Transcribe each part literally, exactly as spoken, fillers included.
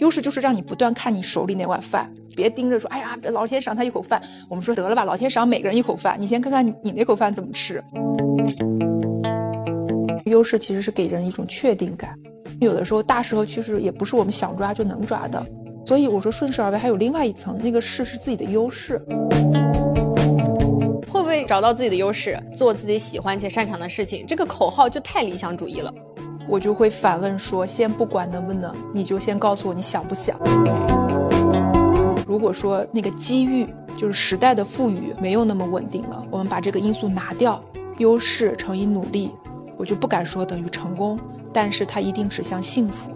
优势就是让你不断看你手里那碗饭，别盯着说哎呀老天赏他一口饭，我们说得了吧，老天赏每个人一口饭，你先看看你那口饭怎么吃。优势其实是给人一种确定感，有的时候大势和趋势也不是我们想抓就能抓的，所以我说顺势而为还有另外一层，那个势是自己的优势。 会不会找到自己的优势，做自己喜欢且擅长的事情，这个口号就太理想主义了。 我就会反问说，先不管能不能，你就先告诉我你想不想。如果说那个机遇就是时代的赋予没有那么稳定了，我们把这个因素拿掉，优势乘以努力，我就不敢说等于成功，但是它一定指向幸福。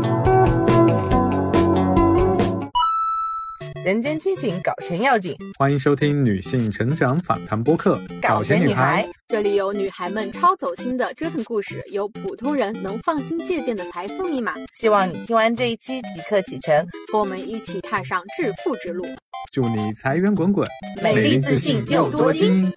人间清醒，搞钱要紧。 欢迎收听女性成长访谈播客《 搞钱女孩》， 这里有女孩们超走心的折腾故事，有普通人能放心借鉴的财富密码。 希望你听完这一期即刻启程， 和我们一起踏上致富之路。 祝你财源滚滚， 美丽自信又多金。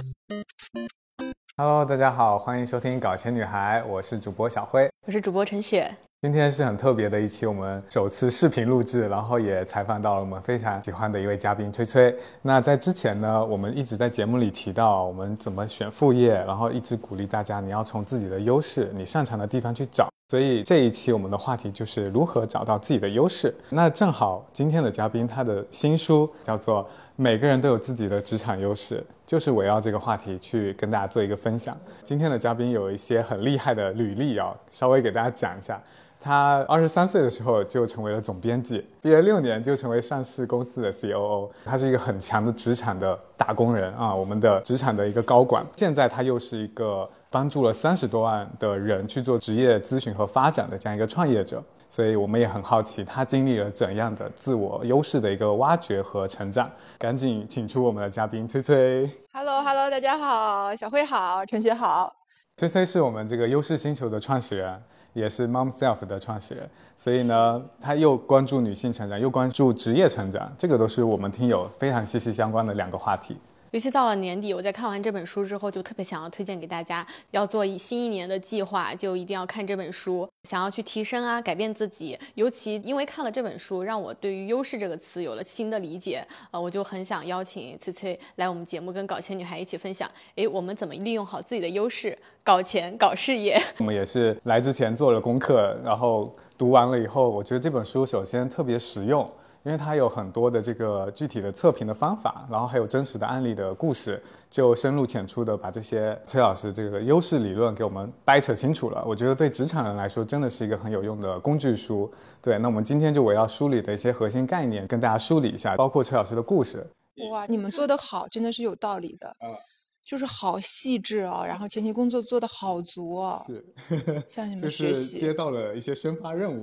Hello， 大家好，欢迎收听《搞钱女孩》，我是主播小辉， 我是主播陈雪。 今天是很特别的一期，我们首次视频录制，然后也采访到了我们非常喜欢的一位嘉宾崔崔。那在之前呢，我们一直在节目里提到我们怎么选副业，然后一直鼓励大家你要从自己的优势你擅长的地方去找，所以这一期我们的话题就是如何找到自己的优势。那正好今天的嘉宾他的新书叫做每个人都有自己的职场优势，就是围绕这个话题去跟大家做一个分享。今天的嘉宾有一些很厉害的履历啊，稍微给大家讲一下。他二十三岁的时候就成为了总编辑，毕业六年就成为上市公司的 C O O。 他是一个很强的职场的打工人啊，我们的职场的一个高管。现在他又是一个帮助了三十多万的人去做职业咨询和发展的这样一个创业者，所以我们也很好奇他经历了怎样的自我优势的一个挖掘和成长。赶紧请出我们的嘉宾崔崔。 Hello Hello， 大家好，小辉好，陈雪好。 崔崔是我们这个优势星球的创始人，也是 Momself 的创始人，所以呢他又关注女性成长又关注职业成长，这个都是我们听友非常息息相关的两个话题。 尤其到了年底，我在看完这本书之后就特别想要推荐给大家，要做新一年的计划就一定要看这本书，想要去提升啊改变自己。尤其因为看了这本书，让我对于优势这个词有了新的理解，呃，我就很想邀请崔崔来我们节目跟搞钱女孩一起分享，诶，我们怎么利用好自己的优势搞钱搞事业。 我们也是来之前做了功课，然后读完了以后，我觉得这本书首先特别实用，因为它有很多的这个具体的测评的方法，然后还有真实的案例的故事，就深入浅出的把这些崔老师这个优势理论给我们掰扯清楚了。我觉得对职场人来说真的是一个很有用的工具书。对，那我们今天就围绕书里的一些核心概念跟大家梳理一下，包括崔老师的故事。 哇，你们做得好，真的是有道理的。嗯，就是好细致哦，然后前期工作做得好足哦，是向你们学习， 就是接到了一些宣发任务。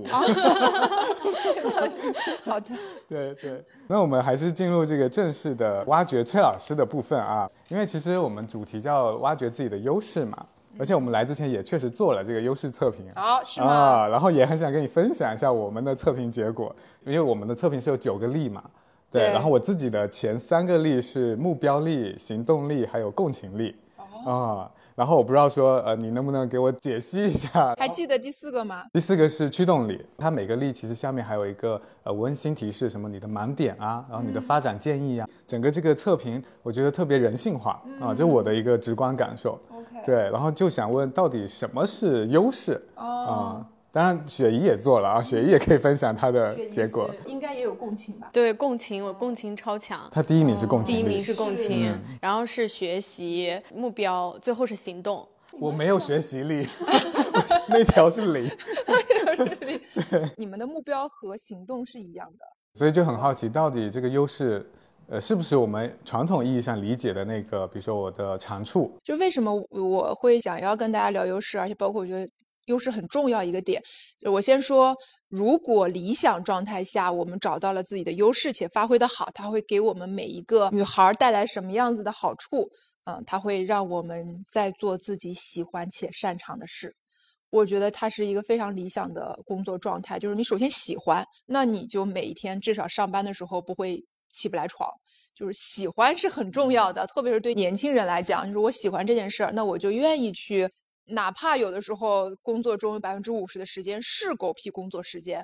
好的， 对对。那我们还是进入这个正式的挖掘崔老师的部分啊，因为其实我们主题叫挖掘自己的优势嘛，而且我们来之前也确实做了这个优势测评。 哦，是吗？ 啊，然后也很想跟你分享一下我们的测评结果，因为我们的测评是有九个力嘛。对，然后我自己的前三个力是目标力、行动力还有共情力。哦、啊，然后我不知道说呃你能不能给我解析一下。 还记得第四个吗？第四个是驱动力，它每个力其实下面还有一个呃温馨提示，什么你的盲点啊，然后你的发展建议啊、嗯、整个这个测评我觉得特别人性化、嗯、啊，这是我的一个直观感受。 OK， 对，然后就想问到底什么是优势。哦、啊，当然雪姨也做了啊，雪姨也可以分享她的结果。 应该也有共情吧？ 对，共情，我共情超强。 她第一名是共情力、 哦、第一名是共情、嗯、然后是学习目标，最后是行动。 我没有学习力那条是零你们的目标和行动是一样的， 所以就很好奇到底这个优势呃，是不是我们传统意义上理解的那个比如说我的长处。 就为什么我会想要跟大家聊优势，而且包括我觉得优势很重要一个点，就我先说，如果理想状态下我们找到了自己的优势且发挥得好，它会给我们每一个女孩带来什么样子的好处。嗯，它会让我们在做自己喜欢且擅长的事。我觉得它是一个非常理想的工作状态，就是你首先喜欢，那你就每一天至少上班的时候不会起不来床。就是喜欢是很重要的，特别是对年轻人来讲，就是我喜欢这件事儿，那我就愿意去，哪怕有的时候工作中有百分之五十的时间是狗屁工作时间，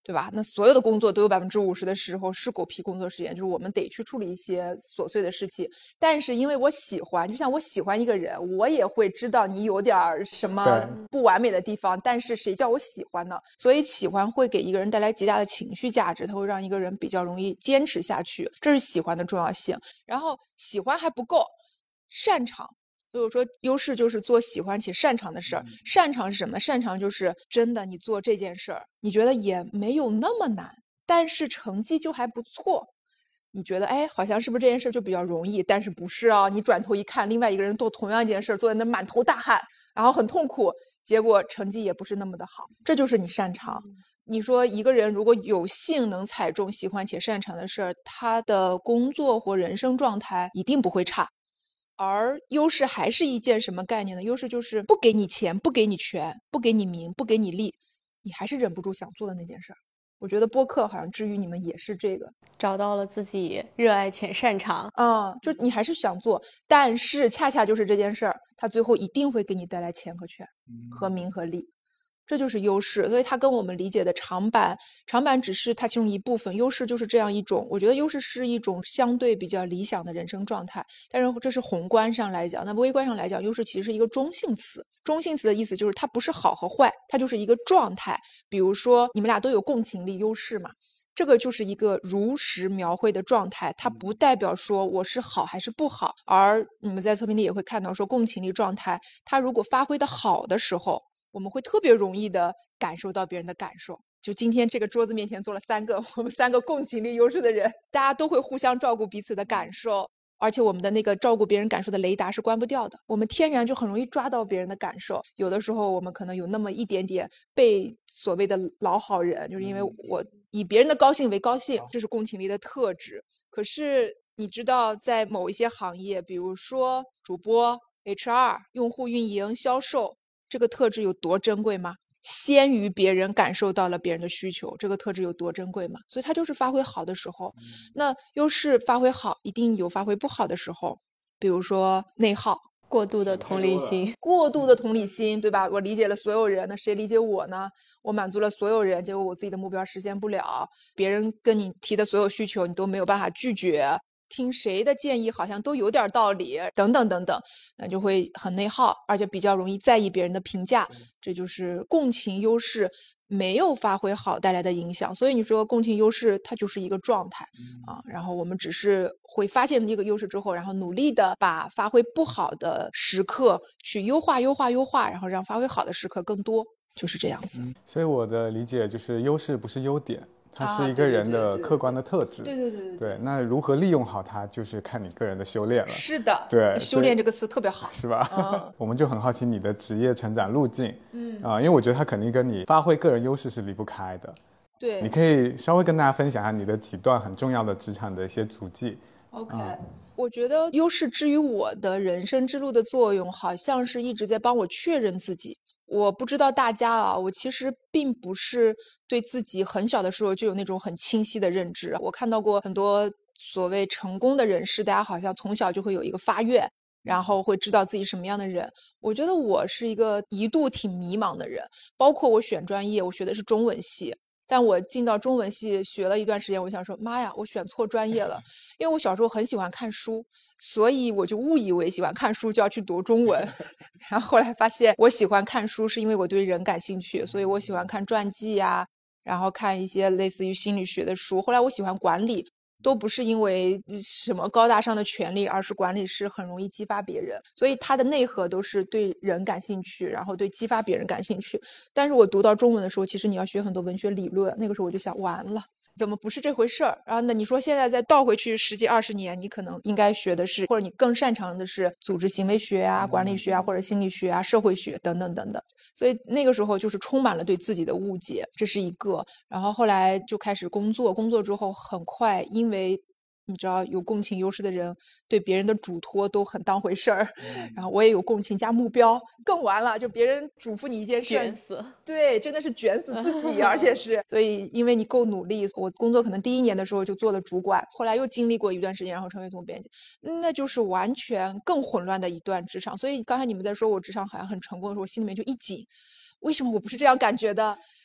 对吧？那所有的工作都有百分之五十的时候是狗屁工作时间，就是我们得去处理一些琐碎的事情。但是因为我喜欢，就像我喜欢一个人，我也会知道你有点什么不完美的地方，但是谁叫我喜欢呢？所以喜欢会给一个人带来极大的情绪价值，它会让一个人比较容易坚持下去，这是喜欢的重要性。然后喜欢还不够，擅长。所以我说优势就是做喜欢且擅长的事儿。擅长是什么？擅长就是真的你做这件事儿，你觉得也没有那么难，但是成绩就还不错。你觉得哎，好像是不是这件事就比较容易？但是不是啊？你转头一看，另外一个人做同样一件事，坐在那满头大汗，然后很痛苦，结果成绩也不是那么的好。这就是你擅长。你说一个人如果有幸能踩中喜欢且擅长的事儿，他的工作或人生状态一定不会差。而优势还是一件什么概念呢？优势就是不给你钱，不给你权，不给你名，不给你利，你还是忍不住想做的那件事儿。我觉得播客好像治愈你们也是这个， 找到了自己热爱且擅长。 嗯，就你还是想做，但是恰恰就是这件事儿，它最后一定会给你带来钱和权，和名和利。这就是优势，所以它跟我们理解的长板，长板只是它其中一部分，优势就是这样一种。我觉得优势是一种相对比较理想的人生状态，但是这是宏观上来讲，那微观上来讲，优势其实是一个中性词。中性词的意思就是它不是好和坏，它就是一个状态。比如说你们俩都有共情力优势嘛，这个就是一个如实描绘的状态，它不代表说我是好还是不好。而你们在测评里也会看到说，共情力状态它如果发挥的好的时候，我们会特别容易的感受到别人的感受。就今天这个桌子面前坐了三个我们三个共情力优势的人，大家都会互相照顾彼此的感受，而且我们的那个照顾别人感受的雷达是关不掉的，我们天然就很容易抓到别人的感受。有的时候我们可能有那么一点点被所谓的老好人，就是因为我以别人的高兴为高兴，这是共情力的特质。可是你知道在某一些行业，比如说主播、H R、用户运营、销售，这个特质有多珍贵吗？先于别人感受到了别人的需求，这个特质有多珍贵吗？所以它就是发挥好的时候。那优势发挥好，一定有发挥不好的时候，比如说内耗， 过度的同理心， 过度的同理心，对吧？我理解了所有人，那谁理解我呢？我满足了所有人，结果我自己的目标实现不了，别人跟你提的所有需求，你都没有办法拒绝。听谁的建议好像都有点道理，等等等等，那就会很内耗，而且比较容易在意别人的评价，这就是共情优势没有发挥好带来的影响。所以你说共情优势它就是一个状态啊，然后我们只是会发现这个优势之后，然后努力的把发挥不好的时刻去优化优化优化，然后让发挥好的时刻更多，就是这样子。 嗯，所以我的理解就是优势不是优点，它是一个人的客观的特质。 对对对对对, 对, 对, 对，那如何利用好它，就是看你个人的修炼了。 是的， 对， 修炼这个词特别好， 是吧？ 嗯、 我们就很好奇你的职业成长路径，嗯啊、呃，因为我觉得它肯定跟你发挥个人优势是离不开的。 对， 你可以稍微跟大家分享一下你的几段很重要的职场的一些足迹。 OK，、 嗯、 我觉得优势之于我的人生之路的作用，好像是一直在帮我确认自己。我不知道大家啊，我其实并不是对自己很小的时候就有那种很清晰的认知。我看到过很多所谓成功的人士，大家好像从小就会有一个发愿，然后会知道自己什么样的人。我觉得我是一个一度挺迷茫的人，包括我选专业，我学的是中文系。但我进到中文系学了一段时间，我想说妈呀，我选错专业了。因为我小时候很喜欢看书，所以我就误以为喜欢看书就要去读中文。然后后来发现我喜欢看书是因为我对人感兴趣，所以我喜欢看传记啊，然后看一些类似于心理学的书。后来我喜欢管理，都不是因为什么高大上的权利，而是管理是很容易激发别人，所以它的内核都是对人感兴趣，然后对激发别人感兴趣。但是我读到中文的时候，其实你要学很多文学理论，那个时候我就想完了，怎么不是这回事儿？然后那你说现在再倒回去十几二十年，你可能应该学的是，或者你更擅长的是组织行为学啊、管理学啊，或者心理学啊、社会学等等等等。所以那个时候就是充满了对自己的误解，这是一个。然后后来就开始工作，工作之后很快，因为你知道有共情优势的人对别人的嘱托都很当回事儿，嗯、然后我也有共情加目标，更完了，就别人嘱咐你一件事， 卷死， 对，真的是卷死自己，而且是，所以因为你够努力，我工作可能第一年的时候就做了主管，后来又经历过一段时间，然后成为总编辑，那就是完全更混乱的一段职场。所以刚才你们在说我职场好像很成功的时候，我心里面就一紧，为什么我不是这样感觉的？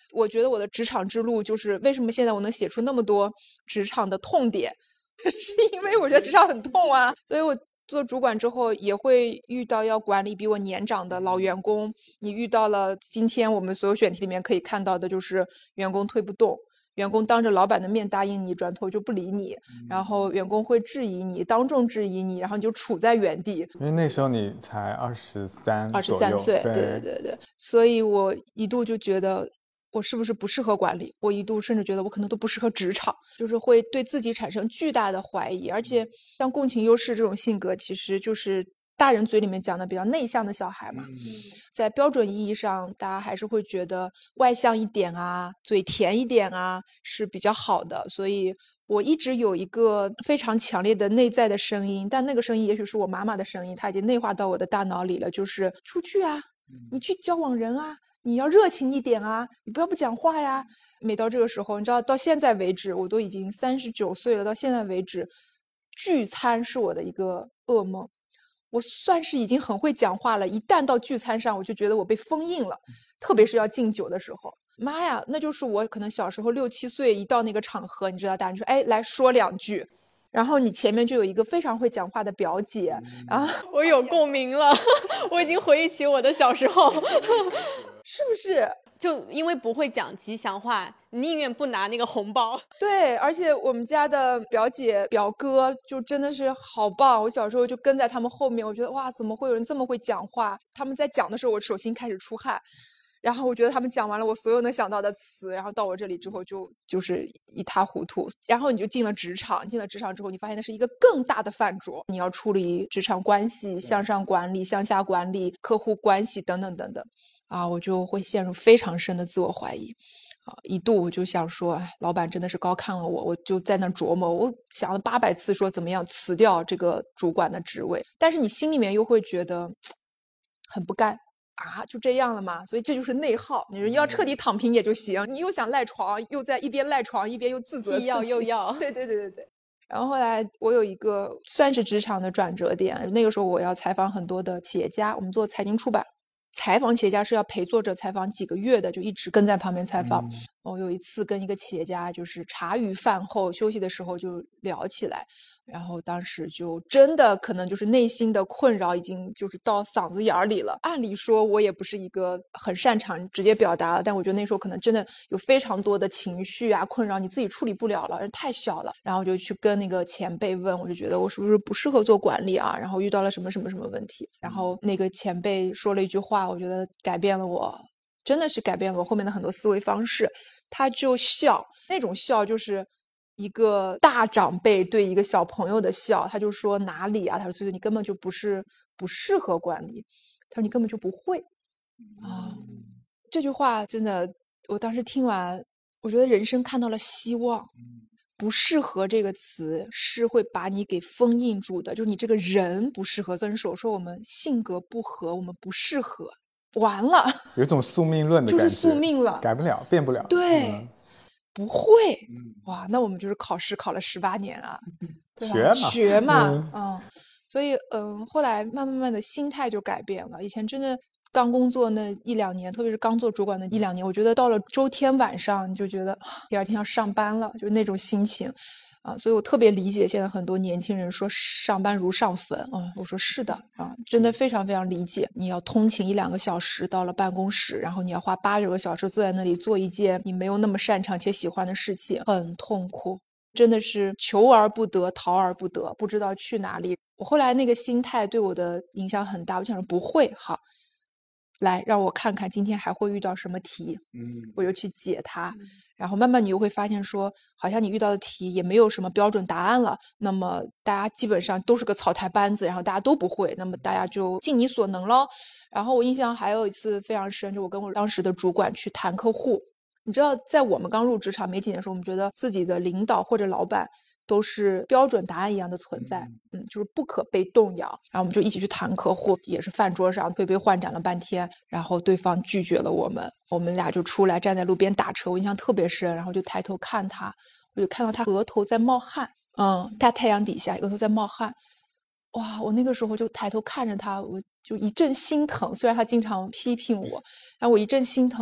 我觉得我的职场之路就是为什么现在我能写出那么多职场的痛点，是因为我觉得职场很痛啊。所以我做主管之后也会遇到要管理比我年长的老员工，你遇到了今天我们所有选题里面可以看到的就是员工推不动，员工当着老板的面答应你，转头就不理你，然后员工会质疑你，当众质疑你，然后你就处在原地。 因为那时候你才二十三， 二十三岁， 对对对对对，所以我一度就觉得我是不是不适合管理，我一度甚至觉得我可能都不适合职场，就是会对自己产生巨大的怀疑。而且像共情优势这种性格，其实就是大人嘴里面讲的比较内向的小孩嘛，在标准意义上大家还是会觉得外向一点啊，嘴甜一点啊是比较好的。所以我一直有一个非常强烈的内在的声音，但那个声音也许是我妈妈的声音，它已经内化到我的大脑里了，就是出去啊，你去交往人啊，你要热情一点啊，你不要不讲话呀。每到这个时候，你知道到现在为止，我都已经三十九岁了，到现在为止聚餐是我的一个噩梦。我算是已经很会讲话了，一旦到聚餐上我就觉得我被封印了，特别是要敬酒的时候，妈呀，那就是我可能小时候六七岁一到那个场合，你知道大人说哎来说两句，然后你前面就有一个非常会讲话的表姐，然后我有共鸣了我已经回忆起我的小时候是不是就因为不会讲吉祥话，宁愿不拿那个红包。 对，而且我们家的表姐表哥就真的是好棒，我小时候就跟在他们后面，我觉得哇，怎么会有人这么会讲话？他们在讲的时候，我手心开始出汗，然后我觉得他们讲完了我所有能想到的词，然后到我这里之后就就是一塌糊涂。然后你就进了职场，进了职场之后，你发现那是一个更大的饭桌，你要处理职场关系、向上管理、向下管理、客户关系等等等等。啊，我就会陷入非常深的自我怀疑，啊，一度我就想说，哎，老板真的是高看了我，我就在那琢磨，我想了八百次说怎么样辞掉这个主管的职位，但是你心里面又会觉得很不甘啊，就这样了嘛，所以这就是内耗。你说要彻底躺平也就行，你又想赖床，又在一边赖床一边又自责， 既要又要， 对对对对对。然后后来我有一个算是职场的转折点，那个时候我要采访很多的企业家，我们做财经出版。采访企业家是要陪作者采访几个月的，就一直跟在旁边采访。嗯、我有一次跟一个企业家，就是茶余饭后休息的时候就聊起来，然后当时就真的可能就是内心的困扰已经就是到嗓子眼里了。按理说我也不是一个很擅长直接表达的，但我觉得那时候可能真的有非常多的情绪啊困扰，你自己处理不了了，而太小了。然后就去跟那个前辈问，我就觉得我是不是不适合做管理啊？然后遇到了什么什么什么问题？然后那个前辈说了一句话，我觉得改变了我，真的是改变了我后面的很多思维方式。他就笑，那种笑就是一个大长辈对一个小朋友的笑，他就说哪里啊？他说就是你根本就不是不适合管理，他说你根本就不会啊。这句话真的，我当时听完，我觉得人生看到了希望。不适合这个词是会把你给封印住的，就是你这个人不适合分手，说我们性格不合，我们不适合，完了， 有一种宿命论的感觉， 就是宿命了， 改不了，变不了。 对。 嗯不会，哇，那我们就是考试考了十八年啊，对吧？ 学嘛， 学嘛， 嗯， 嗯，所以嗯，后来慢慢慢慢的心态就改变了。以前真的刚工作那一两年，特别是刚做主管的一两年，我觉得到了周天晚上你就觉得第二天要上班了，就是那种心情。啊，所以我特别理解现在很多年轻人说上班如上坟，嗯，我说是的啊，真的非常非常理解。你要通勤一两个小时到了办公室，然后你要花八九个小时坐在那里做一件你没有那么擅长且喜欢的事情，很痛苦，真的是求而不得，逃而不得，不知道去哪里。我后来那个心态对我的影响很大，我想说不会，好，来让我看看今天还会遇到什么题，嗯，我就去解它。嗯，然后慢慢你又会发现说，好像你遇到的题也没有什么标准答案了，那么大家基本上都是个草台班子，然后大家都不会，那么大家就尽你所能咯。然后我印象还有一次非常深，就我跟我当时的主管去谈客户，你知道在我们刚入职场没几年的时候，我们觉得自己的领导或者老板都是标准答案一样的存在，嗯，就是不可被动摇。然后我们就一起去谈客户，也是饭桌上推杯换盏了半天，然后对方拒绝了我们，我们俩就出来站在路边打车，我印象特别深。然后就抬头看他，我就看到他额头在冒汗，嗯，大太阳底下额头在冒汗，哇！我那个时候就抬头看着他，我就一阵心疼。虽然他经常批评我，但我一阵心疼。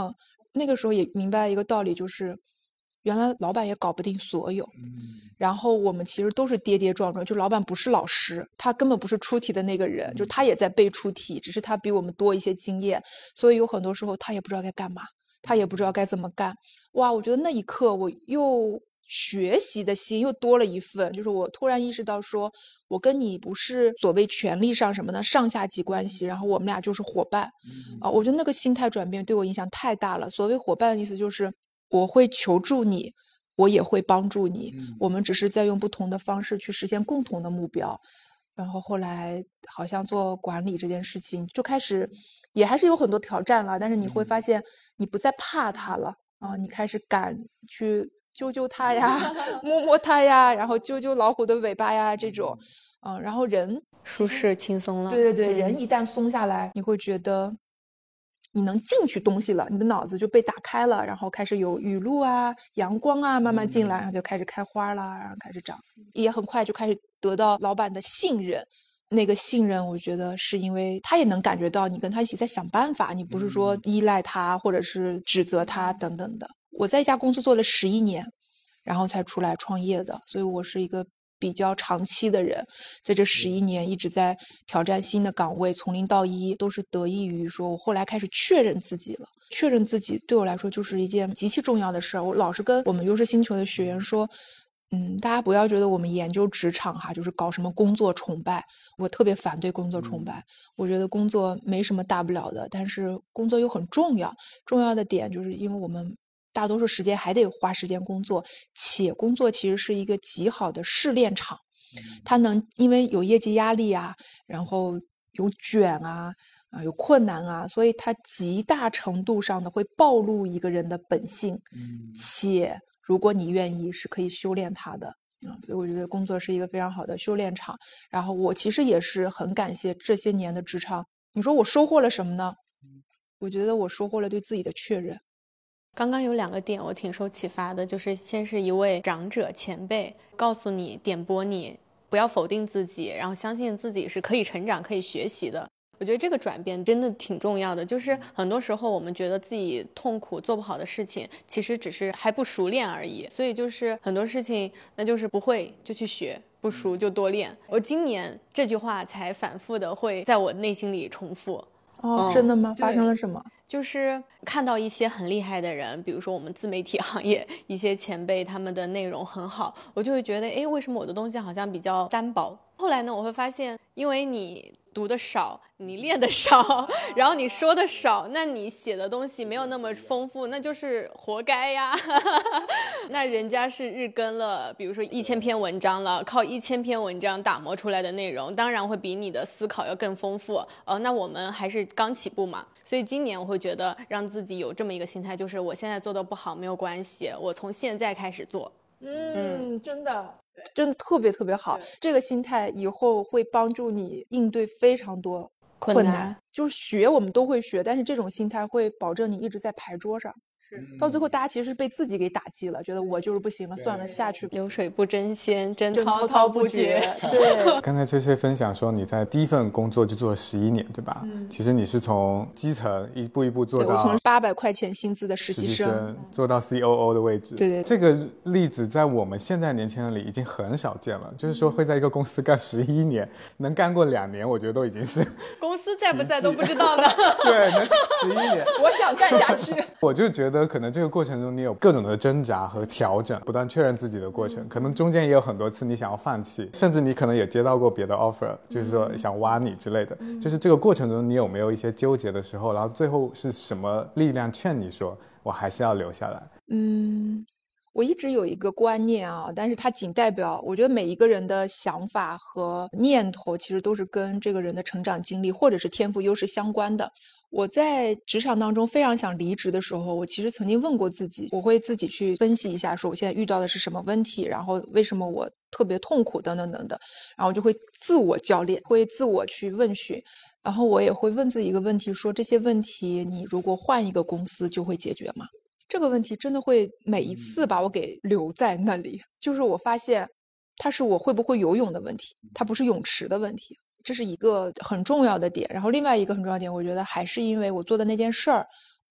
那个时候也明白一个道理，就是原来老板也搞不定所有，然后我们其实都是跌跌撞撞，就老板不是老师，他根本不是出题的那个人，就他也在背出题，只是他比我们多一些经验，所以有很多时候他也不知道该干嘛，他也不知道该怎么干。哇，我觉得那一刻我又学习的心又多了一份，就是我突然意识到说，我跟你不是所谓权力上什么的上下级关系，然后我们俩就是伙伴啊、我觉得那个心态转变对我影响太大了。所谓伙伴的意思就是我会求助你，我也会帮助你，我们只是在用不同的方式去实现共同的目标。然后后来好像做管理这件事情就开始也还是有很多挑战了，但是你会发现你不再怕它了啊，你开始敢去揪揪它呀，摸摸它呀，然后揪揪老虎的尾巴呀这种，嗯，然后人舒适轻松了。 对对对， 嗯人一旦松下来，你会觉得你能进去东西了，你的脑子就被打开了，然后开始有雨露啊、阳光啊慢慢进来，然后就开始开花了，然后开始长，也很快就开始得到老板的信任。那个信任，我觉得是因为他也能感觉到你跟他一起在想办法，你不是说依赖他或者是指责他等等的。我在一家公司做了十一年，然后才出来创业的，所以我是一个比较长期的人，在这十一年一直在挑战新的岗位，从零到一，都是得益于说我后来开始确认自己了。确认自己对我来说就是一件极其重要的事儿。我老是跟我们优势星球的学员说，嗯，大家不要觉得我们研究职场哈，就是搞什么工作崇拜。我特别反对工作崇拜，我觉得工作没什么大不了的，但是工作又很重要。重要的点就是因为我们大多数时间还得花时间工作，且工作其实是一个极好的试炼场，它能因为有业绩压力啊，然后有卷啊，啊有困难啊，所以它极大程度上的会暴露一个人的本性，且如果你愿意是可以修炼它的。啊，所以我觉得工作是一个非常好的修炼场。然后我其实也是很感谢这些年的职场。你说我收获了什么呢？我觉得我收获了对自己的确认。 刚刚有两个点我挺受启发的，就是先是一位长者前辈告诉你、点拨你不要否定自己，然后相信自己是可以成长、可以学习的。我觉得这个转变真的挺重要的，就是很多时候我们觉得自己痛苦做不好的事情，其实只是还不熟练而已。所以就是很多事情，那就是不会就去学，不熟就多练。我今年这句话才反复的会在我内心里重复。 哦， 嗯、 真的吗？发生了什么？ 就是看到一些很厉害的人，比如说我们自媒体行业一些前辈，他们的内容很好，我就会觉得，哎，为什么我的东西好像比较单薄？后来呢，我会发现，因为你读的少，你练的少，然后你说的少，那你写的东西没有那么丰富，那就是活该呀。那人家是日更了，比如说一千篇文章了，靠一千篇文章打磨出来的内容，当然会比你的思考要更丰富。呃，那我们还是刚起步嘛，所以今年我会觉得让自己有这么一个心态，就是我现在做的不好没有关系，我从现在开始做。 嗯，嗯真的。真的特别特别好，这个心态以后会帮助你应对非常多困难。 困难就是学我们都会学，但是这种心态会保证你一直在牌桌上。到最后大家其实是被自己给打击了，觉得我就是不行了，算了，下去吧。 流水不争先，真真滔滔滔滔不不绝。 绝。对， 刚才翠翠分享说你在第一份工作就做了十一年，对吧？嗯，其实你是从基层一步一步做对我到从八百块钱薪资的实实习生， 习生，做到 C O O 的位置。 对对对这个例子在我们现在年轻人里已经很少见了。就是说会在一个公司干十一年，能干过两年，我觉得都已经是公司在不在都不知道呢。 对，能十一年。 我想干下去。 我就觉得可能这个过程中你有各种的挣扎和调整，不断确认自己的过程，可能中间也有很多次你想要放弃，甚至你可能也接到过别的 offer， 就是说想挖你之类的。就是这个过程中你有没有一些纠结的时候，然后最后是什么力量劝你说我还是要留下来？ 嗯，我一直有一个观念啊，但是它仅代表，我觉得每一个人的想法和念头其实都是跟这个人的成长经历或者是天赋优势相关的。我在职场当中非常想离职的时候，我其实曾经问过自己，我会自己去分析一下，说我现在遇到的是什么问题，然后为什么我特别痛苦等等等等，然后就会自我教练，会自我去问询，然后我也会问自己一个问题，说这些问题你如果换一个公司就会解决吗？这个问题真的会每一次把我给留在那里，就是我发现它是我会不会游泳的问题，它不是泳池的问题，这是一个很重要的点。然后另外一个很重要的点，我觉得还是因为我做的那件事儿，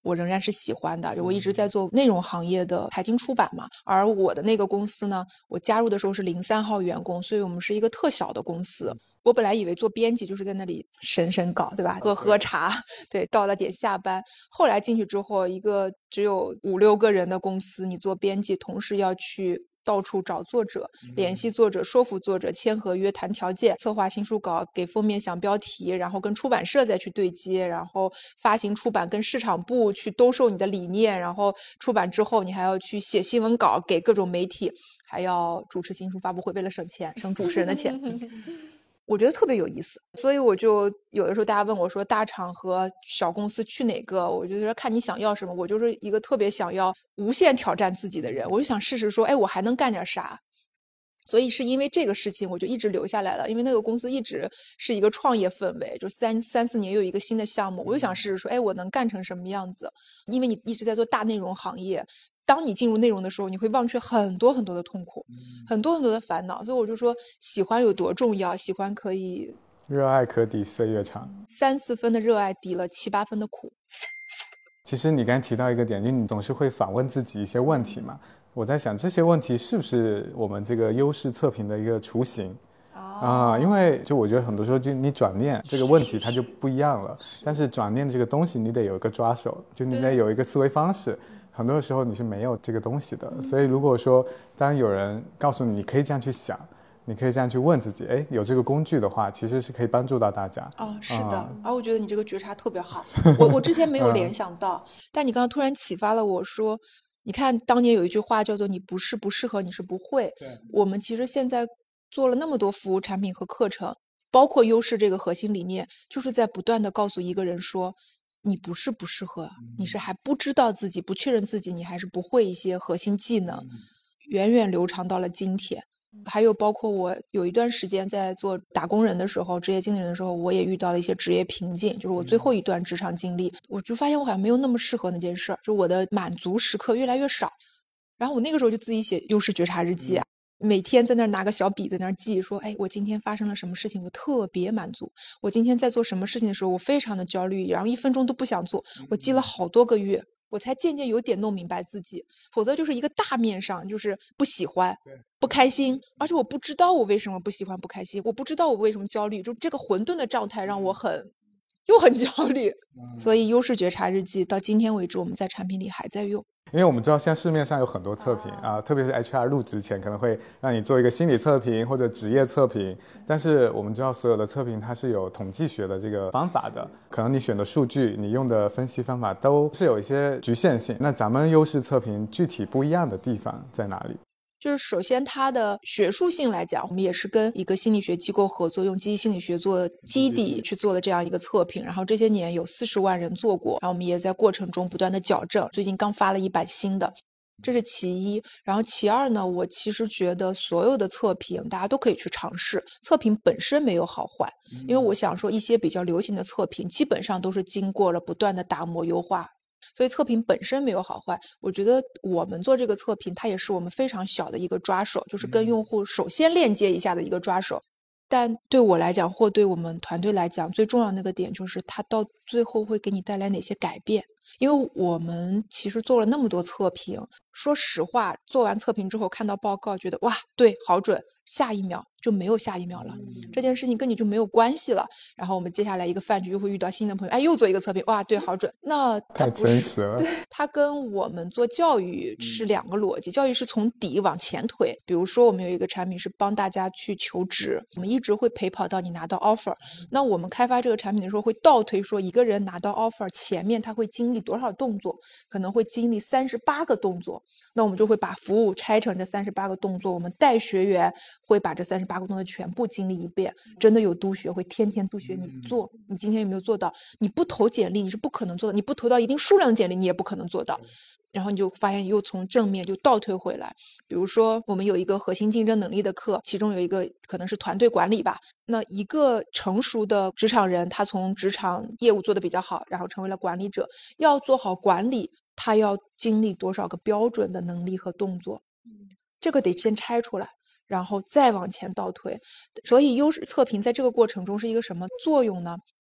我仍然是喜欢的，我一直在做内容行业的财经出版嘛。而我的那个公司呢，我加入的时候是零三号员工，所以我们是一个特小的公司。我本来以为做编辑就是在那里审审稿，对吧？喝喝茶，对，到了点下班。后来进去之后，一个只有五六个人的公司，你做编辑，同时要去到处找作者，联系作者，说服作者，签合约，谈条件，策划新书稿，给封面想标题，然后跟出版社再去对接，然后发行出版跟市场部去兜售你的理念，然后出版之后你还要去写新闻稿给各种媒体，还要主持新书发布会，为了省钱，省主持人的钱。我觉得特别有意思，所以我就有的时候大家问我说大厂和小公司去哪个，我就说看你想要什么。我就是一个特别想要无限挑战自己的人，我就想试试说，哎，我还能干点啥。所以是因为这个事情我就一直留下来了，因为那个公司一直是一个创业氛围，就三三四年有一个新的项目，我就想试试说，哎，我能干成什么样子。因为你一直在做大内容行业，当你进入内容的时候，你会忘却很多很多的痛苦，很多很多的烦恼。所以我就说喜欢有多重要，喜欢可以热爱可抵岁月长， 三四分的热爱抵了七八分的苦。 其实你刚才提到一个点，就你总是会反问自己一些问题嘛，我在想这些问题是不是我们这个优势测评的一个雏形啊、呃，因为就我觉得很多时候就你转念这个问题它就不一样了，但是转念这个东西你得有一个抓手，就你得有一个思维方式，很多时候你是没有这个东西的。所以如果说当有人告诉你你可以这样去想，你可以这样去问自己，哎，有这个工具的话其实是可以帮助到大家。 哦，是的，啊、嗯，我觉得你这个觉察特别好，我我之前没有联想到、嗯、但你刚刚突然启发了我说，你看当年有一句话叫做你不是不适合，你是不会。对，我们其实现在做了那么多服务产品和课程，包括优势这个核心理念，就是在不断的告诉一个人说你不是不适合、嗯、你是还不知道自己，不确认自己，你还是不会一些核心技能、嗯、源远流长到了今天。还有包括我有一段时间在做打工人的时候，职业经理人的时候，我也遇到了一些职业瓶颈，就是我最后一段职场经历，我就发现我好像没有那么适合那件事，就我的满足时刻越来越少。然后我那个时候就自己写优势觉察日记啊，每天在那儿拿个小笔在那儿记，说哎，我今天发生了什么事情我特别满足，我今天在做什么事情的时候我非常的焦虑，然后一分钟都不想做，我记了好多个月，我才渐渐有点弄明白自己，否则就是一个大面上就是不喜欢不开心，而且我不知道我为什么不喜欢不开心，我不知道我为什么焦虑，就这个混沌的状态让我很又很焦虑、嗯、所以优势觉察日记到今天为止我们在产品里还在用。 因为我们知道现在市面上有很多测评 啊, 啊，特别是 H R 入职前可能会让你做一个心理测评或者职业测评，但是我们知道所有的测评它是有统计学的这个方法的，可能你选的数据你用的分析方法都是有一些局限性，那咱们优势测评具体不一样的地方在哪里？ 就是首先它的学术性来讲，我们也是跟一个心理学机构合作，用积极心理学做基底去做的这样一个测评，然后这些年有四十万人做过，然后我们也在过程中不断的矫正，最近刚发了一版新的，这是其一。然后其二呢，我其实觉得所有的测评大家都可以去尝试，测评本身没有好坏，因为我想说一些比较流行的测评基本上都是经过了不断的打磨优化，所以测评本身没有好坏。我觉得我们做这个测评它也是我们非常小的一个抓手，就是跟用户首先链接一下的一个抓手，但对我来讲或对我们团队来讲最重要的那个点就是它到最后会给你带来哪些改变。因为我们其实做了那么多测评，说实话做完测评之后看到报告觉得哇对好准，下一秒就没有下一秒了，这件事情跟你就没有关系了。然后我们接下来一个饭局又会遇到新的朋友，哎，又做一个测评，哇对好准，那它不是太真实了。 对，它跟我们做教育是两个逻辑，教育是从底往前推，比如说我们有一个产品是帮大家去求职，我们一直会陪跑到你拿到 offer， 那我们开发这个产品的时候会倒推说一个人拿到 offer 前面他会经历多少动作，可能会经历三十八个动作，那我们就会把服务拆成这三十八个动作，我们带学员会把这三十八个动作全部经历一遍，真的有督学会天天督学你做，你今天有没有做到，你不投简历你是不可能做到，你不投到一定数量的简历你也不可能做到，然后你就发现又从正面就倒推回来。比如说我们有一个核心竞争能力的课，其中有一个可能是团队管理吧，那一个成熟的职场人他从职场业务做得比较好，然后成为了管理者，要做好管理他要经历多少个标准的能力和动作，这个得先拆出来然后再往前倒推。所以优势测评在这个过程中是一个什么作用呢？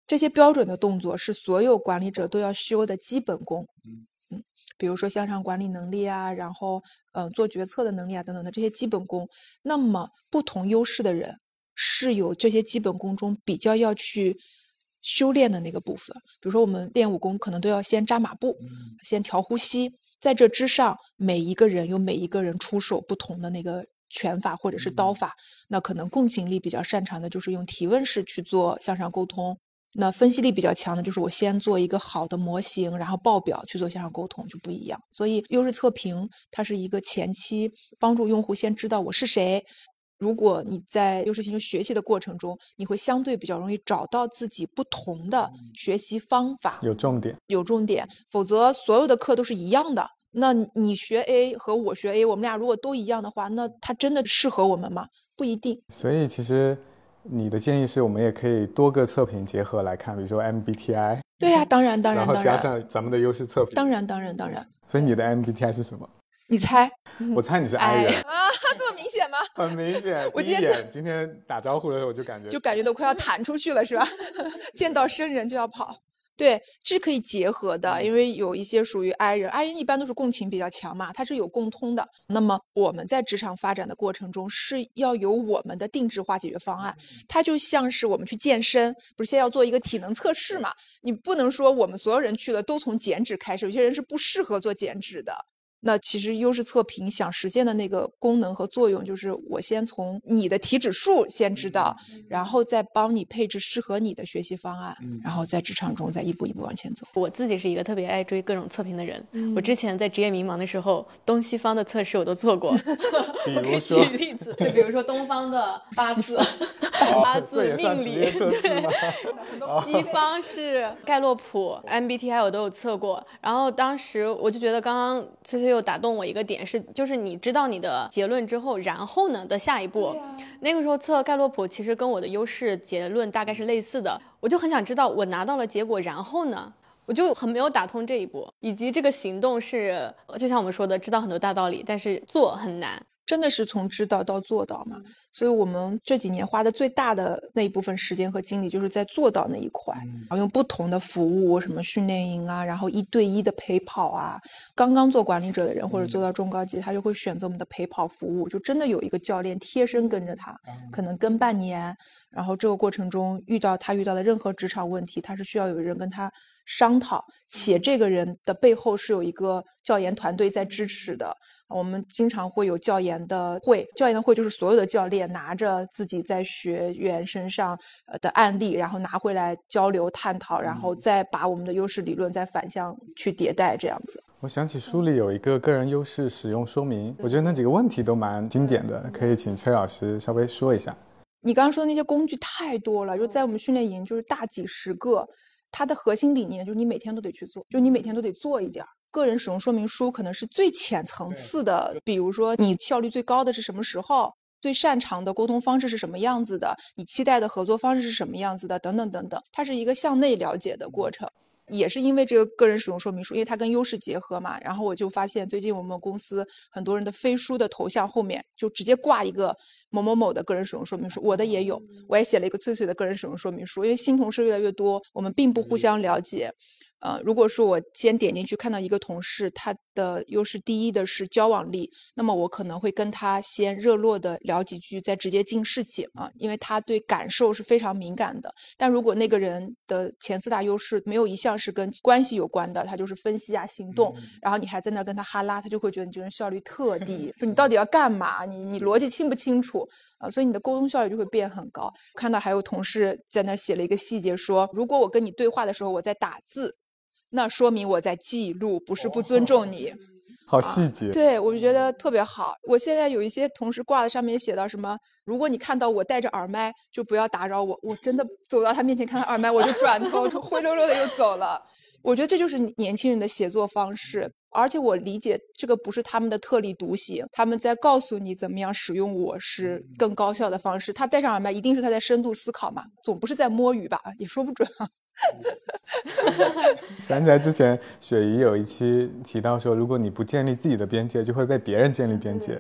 这些标准的动作是所有管理者都要修的基本功。嗯，比如说向上管理能力啊，然后呃做决策的能力啊等等的这些基本功。那么不同优势的人是有这些基本功中比较要去修炼的那个部分。比如说我们练武功可能都要先扎马步，先调呼吸，在这之上每一个人有每一个人出手不同的那个拳法或者是刀法。那可能共情力比较擅长的就是用提问式去做向上沟通，那分析力比较强的就是我先做一个好的模型，然后报表去做向上沟通，就不一样。所以优势测评它是一个前期帮助用户先知道我是谁。如果你在优势形成学习的过程中，你会相对比较容易找到自己不同的学习方法， 有重点有重点，否则所有的课都是一样的。那你学 A 和我学 A， 我们俩如果都一样的话，那它真的适合我们吗？不一定。 所以其实你的建议是我们也可以多个测评结合来看，比如说 M B T I。 对呀、啊，当然当然然后加上咱们的优势测评。 当然当然当然。 所以你的 M B T I 是什么？ 你猜？ 我猜你是 I 人啊，这么明显吗？ 很明显。 我今天第一眼今天打招呼的时候我就感觉就感觉都快要弹出去了，是吧？见到生人就要跑。对，是可以结合的，因为有一些属于 I 人 ，I 人一般都是共情比较强嘛，它是有共通的。那么我们在职场发展的过程中是要有我们的定制化解决方案，它就像是我们去健身，不是先要做一个体能测试嘛？你不能说我们所有人去了都从减脂开始，有些人是不适合做减脂的。那其实优势测评想实现的那个功能和作用，就是我先从你的体脂数先知道，然后再帮你配置适合你的学习方案，然后在职场中再一步一步往前走。 我自己是一个特别爱追各种测评的人， 嗯、 我之前在职业迷茫的时候，东西方的测试我都做过。 比我可以举例子，就比如说东方的八字、八字命理，对，西方是盖洛普、M B T I 我都有测过。然后当时我就觉得，刚刚崔崔又打动我一个点是，就是你知道你的结论之后，然后呢的下一步，啊、那个时候测盖洛普其实跟我的优势结论大概是类似的，我就很想知道我拿到了结果，然后呢？我就很没有打通这一步，以及这个行动是就像我们说的，知道很多大道理，但是做很难。 真的是从知道到做到嘛，所以我们这几年花的最大的那一部分时间和精力就是在做到那一块，然后用不同的服务，什么训练营啊，然后一对一的陪跑啊。刚刚做管理者的人或者做到中高级，他就会选择我们的陪跑服务，就真的有一个教练贴身跟着他，可能跟半年，然后这个过程中遇到他遇到的任何职场问题，他是需要有人跟他商讨，且这个人的背后是有一个教研团队在支持的。我们经常会有教研的会，教研的会就是所有的教练拿着自己在学员身上的案例，然后拿回来交流探讨，然后再把我们的优势理论再反向去迭代，这样子。 我想起书里有一个个人优势使用说明，我觉得那几个问题都蛮经典的，可以请崔老师稍微说一下。 你刚刚说的那些工具太多了，就在我们训练营就是大几十个，它的核心理念就是你每天都得去做，就你每天都得做一点。个人使用说明书可能是最浅层次的，比如说你效率最高的是什么时候，最擅长的沟通方式是什么样子的，你期待的合作方式是什么样子的，等等等等。它是一个向内了解的过程。也是因为这个个人使用说明书，因为它跟优势结合嘛，然后我就发现最近我们公司很多人的飞书的头像后面就直接挂一个某某某的个人使用说明书，我的也有，我也写了一个翠翠的个人使用说明书。因为新同事越来越多，我们并不互相了解，呃，如果说我先点进去看到一个同事，他的优势第一的是交往力，那么我可能会跟他先热络的聊几句，再直接进事情啊，因为他对感受是非常敏感的。但如果那个人的前四大优势没有一项是跟关系有关的，他就是分析啊、行动，然后你还在那跟他哈拉，他就会觉得你这个人效率特低，就你到底要干嘛？你你逻辑清不清楚啊？所以你的沟通效率就会变很高。看到还有同事在那写了一个细节说，如果我跟你对话的时候我在打字，那说明我在记录，不是不尊重你。 好细节、 啊、对，我就觉得特别好。我现在有一些同事挂在上面也写到什么，如果你看到我戴着耳麦就不要打扰我。我真的走到他面前看他耳麦我就转头就灰溜溜的又走了。我觉得这就是年轻人的写作方式，而且我理解这个不是他们的特立独行，他们在告诉你怎么样使用我是更高效的方式。他戴上耳麦一定是他在深度思考嘛，总不是在摸鱼吧，也说不准啊。 想起来之前雪姨有一期提到说，如果你不建立自己的边界，就会被别人建立边界。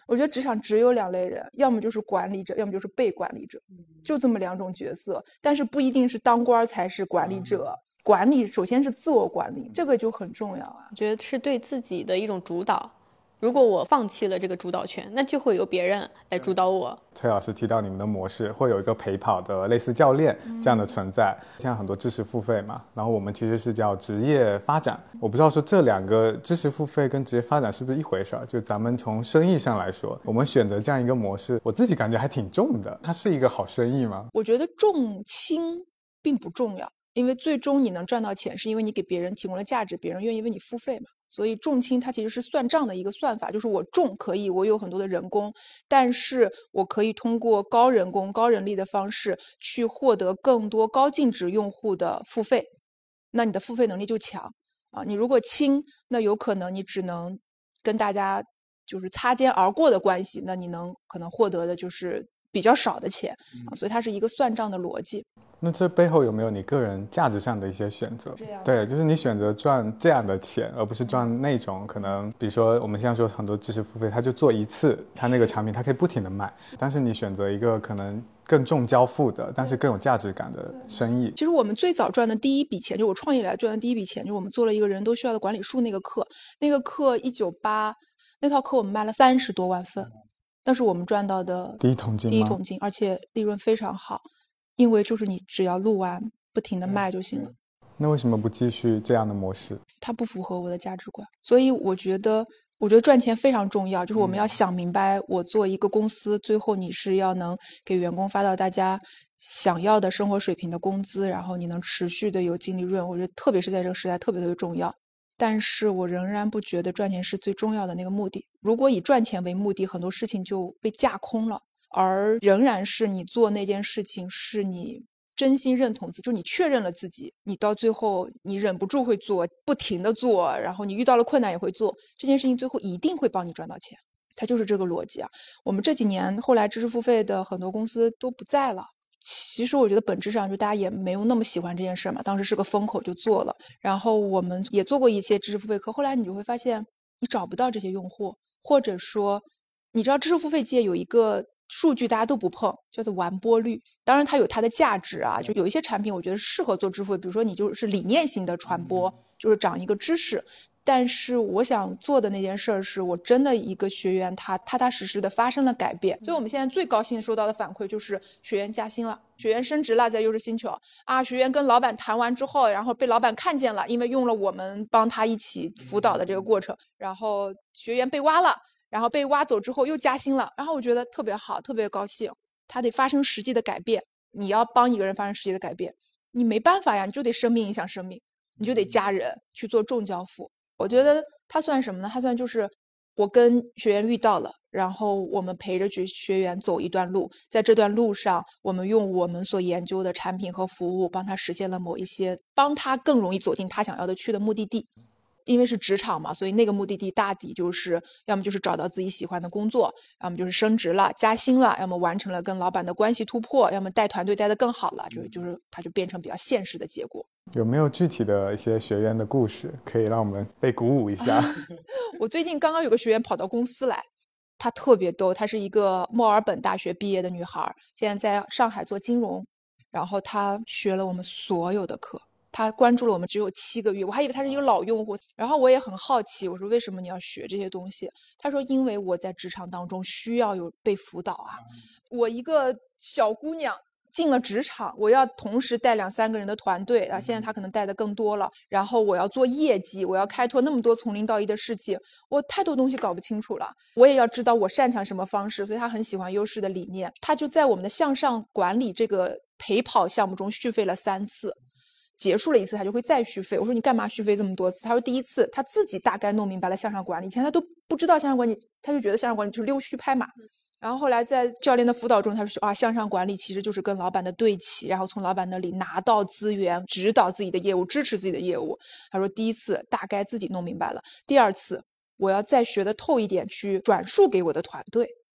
我觉得职场只有两类人，要么就是管理者，要么就是被管理者，就这么两种角色。但是不一定是当官才是管理者，管理首先是自我管理，这个就很重要啊。 我觉得是对自己的一种主导。如果我放弃了这个主导权，那就会由别人来主导我。 崔老师提到你们的模式会有一个陪跑的类似教练这样的存在，现在很多知识付费嘛，然后我们其实是叫职业发展。我不知道说这两个知识付费跟职业发展是不是一回事儿？就咱们从生意上来说，我们选择这样一个模式，我自己感觉还挺重的。它是一个好生意吗？ 我觉得重轻并不重要，因为最终你能赚到钱是因为你给别人提供了价值，别人愿意为你付费嘛。所以重轻它其实是算账的一个算法，就是我重可以我有很多的人工，但是我可以通过高人工高人力的方式去获得更多高净值用户的付费，那你的付费能力就强啊。你如果轻，那有可能你只能跟大家就是擦肩而过的关系，那你能可能获得的就是比较少的钱啊。所以它是一个算账的逻辑。 那这背后有没有你个人价值上的一些选择？对，就是你选择赚这样的钱，而不是赚那种可能，比如说我们现在说很多知识付费，他就做一次，他那个产品他可以不停的卖，但是你选择一个可能更重交付的，但是更有价值感的生意。 其实我们最早赚的第一笔钱，就我创业以来赚的第一笔钱，就是我们做了一个人都需要的管理术那个课，那个课一九八，那套课我们卖了三十多万份，但是我们赚到的第一桶金， 第一桶金，而且利润非常好。因为就是你只要录完不停的卖就行了。 那为什么不继续这样的模式？ 它不符合我的价值观。所以我觉得我觉得赚钱非常重要，就是我们要想明白，我做一个公司最后你是要能给员工发到大家想要的生活水平的工资，然后你能持续的有净利润，我觉得特别是在这个时代特别特别重要。但是我仍然不觉得赚钱是最重要的那个目的。如果以赚钱为目的，很多事情就被架空了，而仍然是你做那件事情是你真心认同自己，就是你确认了自己，你到最后你忍不住会做，不停的做，然后你遇到了困难也会做，这件事情最后一定会帮你赚到钱，它就是这个逻辑啊。我们这几年后来知识付费的很多公司都不在了，其实我觉得本质上就大家也没有那么喜欢这件事嘛，当时是个风口就做了，然后我们也做过一些知识付费课，后来你就会发现你找不到这些用户，或者说你知道知识付费界有一个数据大家都不碰，叫做完播率。当然它有它的价值啊，就有一些产品我觉得适合做支付，比如说你就是理念型的传播，就是涨一个知识。但是我想做的那件事是我真的一个学员他踏踏实实的发生了改变。所以我们现在最高兴收到的反馈就是学员加薪了，学员升职了，在优势星球啊，学员跟老板谈完之后，然后被老板看见了，因为用了我们帮他一起辅导的这个过程，然后学员被挖了，然后被挖走之后又加薪了，然后我觉得特别好，特别高兴。他得发生实际的改变，你要帮一个人发生实际的改变，你没办法呀，你就得生命影响生命，你就得加人去做重交付。我觉得他算什么呢？他算就是我跟学员遇到了，然后我们陪着学学员走一段路，在这段路上我们用我们所研究的产品和服务帮他实现了某一些帮他更容易走进他想要的去的目的地。因为是职场嘛，所以那个目的地大抵就是要么就是找到自己喜欢的工作，要么就是升职了加薪了，要么完成了跟老板的关系突破，要么带团队带得更好了，就是就是它就变成比较现实的结果。 有没有具体的一些学员的故事可以让我们被鼓舞一下？ 我最近刚刚有个学员跑到公司来，她特别逗，她是一个墨尔本大学毕业的女孩，现在在上海做金融，然后她学了我们所有的课，他关注了我们只有七个月，我还以为他是一个老用户，然后我也很好奇，我说为什么你要学这些东西？他说因为我在职场当中需要有被辅导啊，我一个小姑娘进了职场，我要同时带两三个人的团队啊，现在他可能带的更多了，然后我要做业绩，我要开拓那么多从零到一的事情，我太多东西搞不清楚了，我也要知道我擅长什么方式，所以他很喜欢优势的理念，他就在我们的向上管理这个陪跑项目中续费了三次。结束了一次他就会再续费，我说你干嘛续费这么多次？他说第一次他自己大概弄明白了向上管理，以前他都不知道向上管理，他就觉得向上管理就是溜须拍马，然后后来在教练的辅导中他说啊，向上管理其实就是跟老板的对齐，然后从老板那里拿到资源，指导自己的业务，支持自己的业务。他说第一次大概自己弄明白了，第二次我要再学的透一点，去转述给我的团队，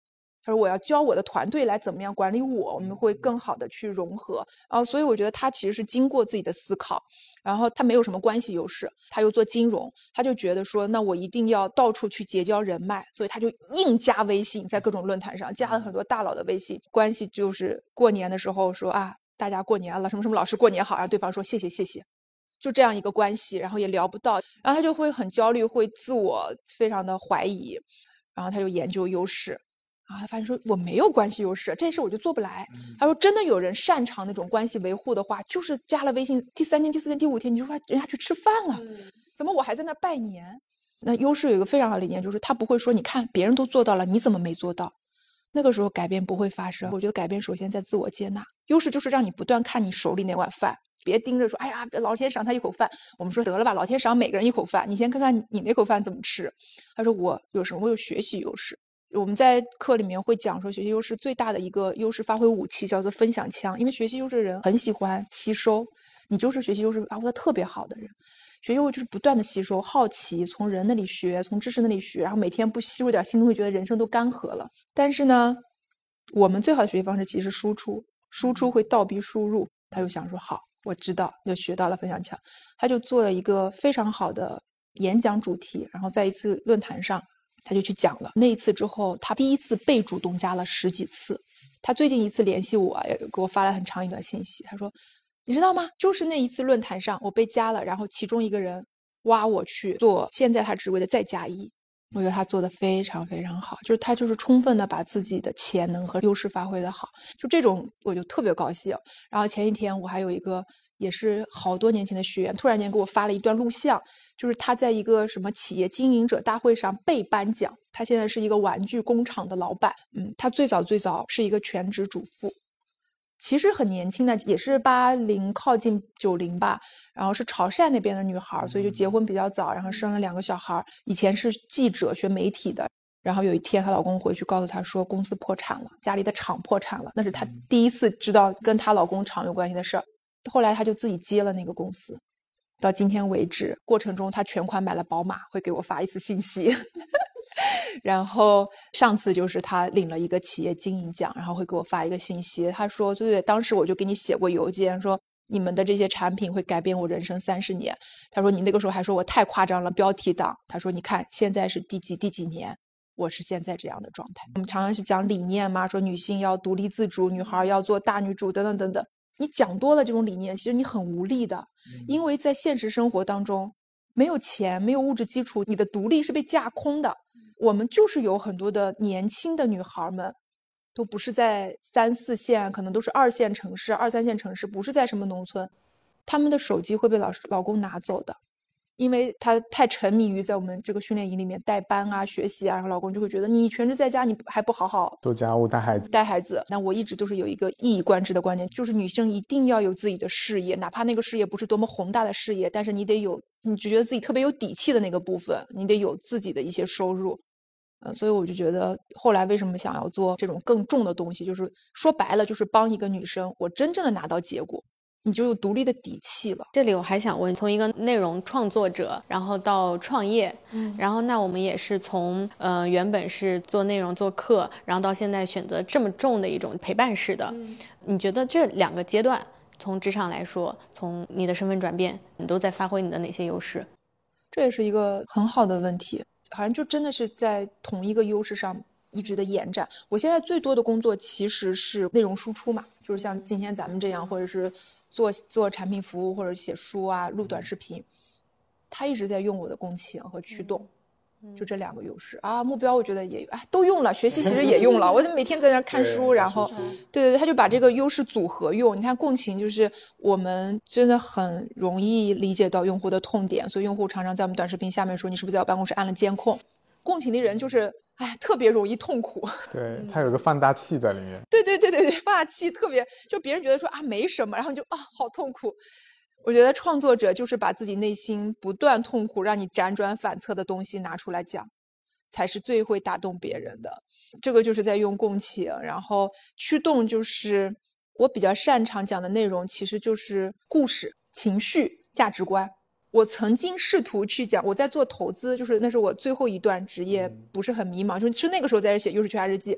他说我要教我的团队来怎么样管理我，我们会更好的去融合啊。所以我觉得他其实是经过自己的思考，然后他没有什么关系优势，他又做金融，他就觉得说那我一定要到处去结交人脉，所以他就硬加微信，在各种论坛上加了很多大佬的微信，关系就是过年的时候说啊大家过年了，什么什么老师过年好，让对方说谢谢谢谢，就这样一个关系，然后也聊不到，然后他就会很焦虑，会自我非常的怀疑，然后他就研究优势，然后他发现说我没有关系优势，这事我就做不来。他说真的有人擅长那种关系维护的话，就是加了微信第三天第四天第五天你就说人家去吃饭了，怎么我还在那儿拜年。那优势有一个非常好的理念，就是他不会说你看别人都做到了你怎么没做到，那个时候改变不会发生。我觉得改变首先在自我接纳，优势就是让你不断看你手里那碗饭，别盯着说哎呀老天赏他一口饭，我们说得了吧，老天赏每个人一口饭，你先看看你那口饭怎么吃。他说我有什么，我有学习优势。我们在课里面会讲说学习优势最大的一个优势发挥武器叫做分享腔，因为学习优势的人很喜欢吸收，你就是学习优势发挥的特别好的人。学习优势就是不断的吸收，好奇，从人那里学，从知识那里学，然后每天不吸入点新东西觉得人生都干涸了。但是呢我们最好的学习方式其实是输出，输出会倒逼输入。他就想说好我知道，就学到了分享腔，他就做了一个非常好的演讲主题，然后在一次论坛上他就去讲了。那一次之后他第一次被主动加了十几次，他最近一次联系我也给我发了很长一段信息，他说你知道吗，就是那一次论坛上我被加了，然后其中一个人挖我去做现在他职位的再加一。我觉得他做的非常非常好，就是他就是充分的把自己的潜能和优势发挥的好，就这种我就特别高兴。然后前一天我还有一个也是好多年前的学员突然间给我发了一段录像，就是他在一个什么企业经营者大会上被颁奖，他现在是一个玩具工厂的老板，嗯，他最早最早是一个全职主妇，其实很年轻的，也是八零靠近九零吧，然后是潮汕那边的女孩，所以就结婚比较早，然后生了两个小孩。以前是记者学媒体的，然后有一天她老公回去告诉她说公司破产了，家里的厂破产了，那是她第一次知道跟她老公厂有关系的事儿。后来她就自己接了那个公司，到今天为止过程中她全款买了宝马，会给我发一次信息然后上次就是他领了一个企业经营奖，然后会给我发一个信息，他说对对，当时我就给你写过邮件说你们的这些产品会改变我人生三十年。他说你那个时候还说我太夸张了，标题党。他说你看现在是第几第几年，我是现在这样的状态。我们常常是讲理念嘛，说女性要独立自主，女孩要做大女主等等等等。你讲多了这种理念，其实你很无力的，因为在现实生活当中没有钱，没有物质基础，你的独立是被架空的。我们就是有很多的年轻的女孩们都不是在三四线，可能都是二线城市二三线城市，不是在什么农村，她们的手机会被老老公拿走的，因为她太沉迷于在我们这个训练营里面带班啊学习啊，然后老公就会觉得你全职在家你还不好好做家务带孩子带孩子。那我一直都是有一个一以贯之的观念，就是女生一定要有自己的事业，哪怕那个事业不是多么宏大的事业，但是你得有你就觉得自己特别有底气的那个部分，你得有自己的一些收入。呃，所以我就觉得后来为什么想要做这种更重的东西，就是说白了就是帮一个女生我真正的拿到结果，你就有独立的底气了。 这里我还想问，从一个内容创作者然后到创业，嗯，然后那我们也是从呃原本是做内容做课，然后到现在选择这么重的一种陪伴式的，嗯，你觉得这两个阶段从职场来说，从你的身份转变，你都在发挥你的哪些优势？ 这也是一个很好的问题，好像就真的是在同一个优势上一直的延展。我现在最多的工作其实是内容输出嘛，就是像今天咱们这样，或者是做做产品服务，或者写书啊，录短视频，他一直在用我的共情和驱动，就这两个优势啊。目标我觉得也哎都用了，学习其实也用了，我就每天在那看书，然后对对对，他就把这个优势组合用。你看共情就是我们真的很容易理解到用户的痛点，所以用户常常在我们短视频下面说你是不是在我办公室按了监控。共情的人就是哎特别容易痛苦， 对，他有个放大器在里面， 对对对对对，放大器特别，就别人觉得说啊没什么，然后你就啊好痛苦。我觉得创作者就是把自己内心不断痛苦让你辗转反侧的东西拿出来讲，才是最会打动别人的。这个就是在用共情，然后驱动就是我比较擅长讲的内容，其实就是故事、情绪、价值观。我曾经试图去讲，我在做投资，就是那是我最后一段职业，不是很迷茫，就是那个时候在这写优势缺乏日记。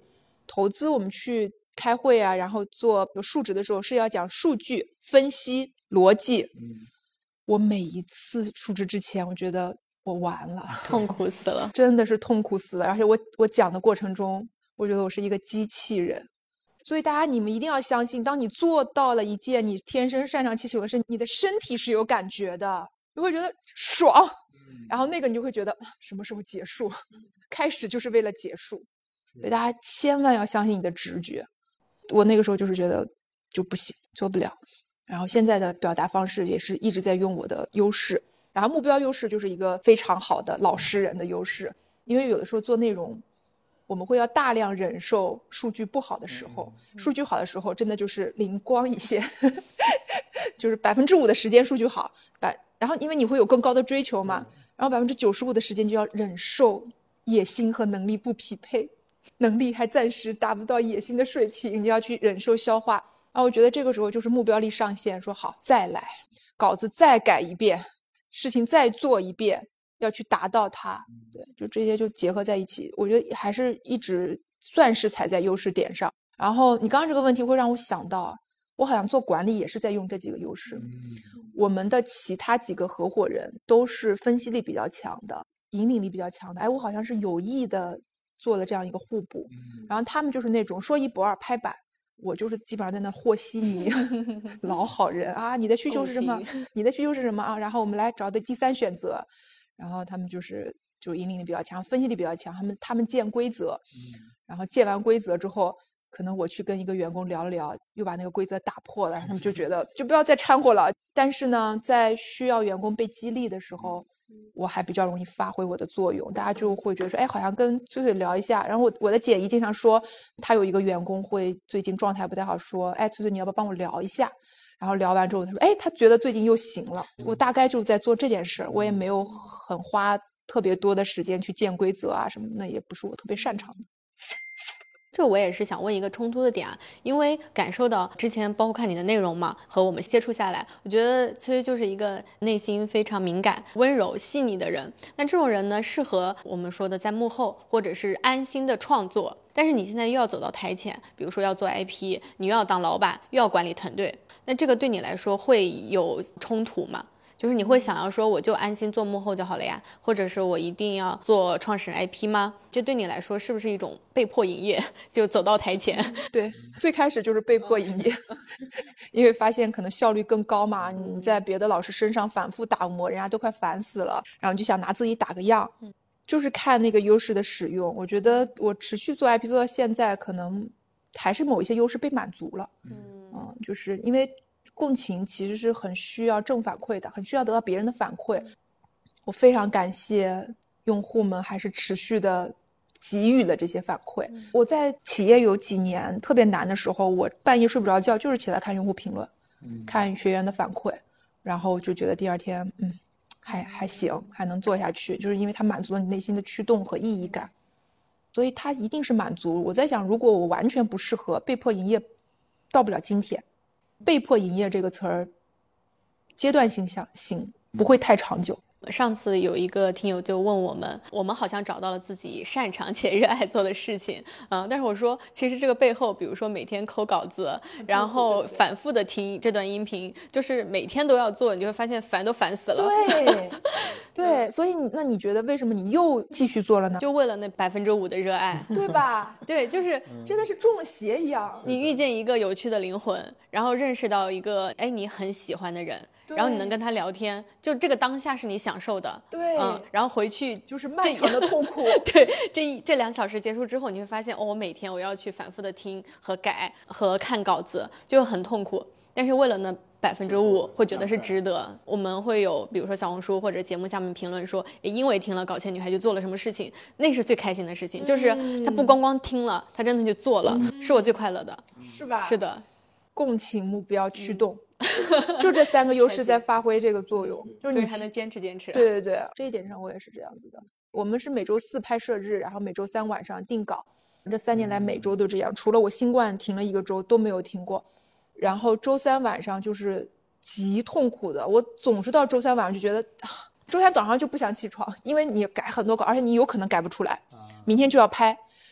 投资我们去开会啊，然后做有数值的时候是要讲数据分析逻辑。嗯，我每一次数值之前，我觉得我完了， 痛苦死了， 真的是痛苦死了。而且我我讲的过程中，我觉得我是一个机器人。所以大家你们一定要相信，当你做到了一件你天生擅长气球的事，你的身体是有感觉的，你会觉得爽，然后那个你就会觉得什么时候结束，开始就是为了结束。所以大家千万要相信你的直觉。我那个时候就是觉得就不行，做不了，然后现在的表达方式也是一直在用我的优势，然后目标优势就是一个非常好的老实人的优势。因为有的时候做内容我们会要大量忍受数据不好的时候，数据好的时候真的就是灵光一现就是百分之五的时间数据好，百然后因为你会有更高的追求嘛，然后百分之九十五的时间就要忍受野心和能力不匹配，能力还暂时达不到野心的水平，你要去忍受消化。然后我觉得这个时候就是目标力上限，说好再来，稿子再改一遍，事情再做一遍，要去达到它。对，就这些就结合在一起，我觉得还是一直算是踩在优势点上。然后你刚刚这个问题会让我想到，我好像做管理也是在用这几个优势。我们的其他几个合伙人都是分析力比较强的，引领力比较强的，哎，我好像是有意的做了这样一个互补。然后他们就是那种说一不二拍板，我就是基本上在那和稀泥老好人啊，你的需求是什么？你的需求是什么啊？然后我们来找的第三选择。然后他们就是就引领力比较强，分析力比较强，他们他们建规则，然后建完规则之后，可能我去跟一个员工聊了聊，又把那个规则打破了，然后他们就觉得就不要再掺和了。但是呢，在需要员工被激励的时候，我还比较容易发挥我的作用，大家就会觉得说，哎，好像跟翠翠聊一下。然后我我的简易经常说，他有一个员工会最近状态不太好，说，哎，翠翠你要不要帮我聊一下？然后聊完之后他说，哎，他觉得最近又行了。我大概就在做这件事，我也没有很花特别多的时间去建规则啊什么，那也不是我特别擅长的。 这我也是想问一个冲突的点啊，因为感受到之前包括看你的内容嘛，和我们接触下来，我觉得崔崔就是一个内心非常敏感、温柔、细腻的人。那这种人呢，适合我们说的在幕后或者是安心的创作。但是你现在又要走到台前，比如说要做 I P， 你又要当老板，又要管理团队，那这个对你来说会有冲突吗？就是你会想要说我就安心做幕后就好了呀，或者是我一定要做创始人 I P 吗？这对你来说是不是一种被迫营业，就走到台前？ 对，最开始就是被迫营业因为发现可能效率更高嘛，你在别的老师身上反复打磨，人家都快烦死了，然后就想拿自己打个样。就是看那个优势的使用。我觉得我持续做 I P 做到现在，可能还是某一些优势被满足了。嗯、呃，就是因为共情其实是很需要正反馈的，很需要得到别人的反馈。我非常感谢用户们还是持续的给予了这些反馈。我在企业有几年特别难的时候，我半夜睡不着觉，就是起来看用户评论，看学员的反馈，然后就觉得第二天嗯还还行，还能做下去，就是因为它满足了你内心的驱动和意义感，所以它一定是满足。我在想，如果我完全不适合，被迫营业到不了今天。被迫营业这个词儿阶段性行，不会太长久。 上次有一个听友就问我们，我们好像找到了自己擅长且热爱做的事情，嗯，但是我说其实这个背后，比如说每天抠稿子，然后反复的听这段音频，就是每天都要做，你就会发现烦都烦死了。 对对，所以你那你觉得为什么你又继续做了呢？ 就为了那百分之五的热爱， 对吧？ 对，就是真的是中了邪一样。 你遇见一个有趣的灵魂，然后认识到一个哎你很喜欢的人，然后你能跟他聊天，就这个当下是你享受的。 对， 嗯，然后回去就是漫长的痛苦。 对，这一这两小时结束之后，你会发现，哦，我每天我要去反复的听和改和看稿子，就很痛苦。但是为了那百分之五，会觉得是值得。我们会有，比如说小红书或者节目下面评论说，因为听了搞钱女孩就做了什么事情，那是最开心的事情。就是她不光光听了，她真的就做了，嗯、是我最快乐的， 是吧？ 是的， 共情、目标、驱动。嗯就这三个优势在发挥这个作用，就是你还能坚持坚持。 对对对，这一点上我也是这样子的。我们是每周四拍摄日，然后每周三晚上定稿，这三年来每周都这样，除了我新冠停了一个周都没有停过。然后周三晚上就是极痛苦的，我总是到周三晚上就觉得，啊、周三早上就不想起床，因为你改很多稿，而且你有可能改不出来，明天就要拍。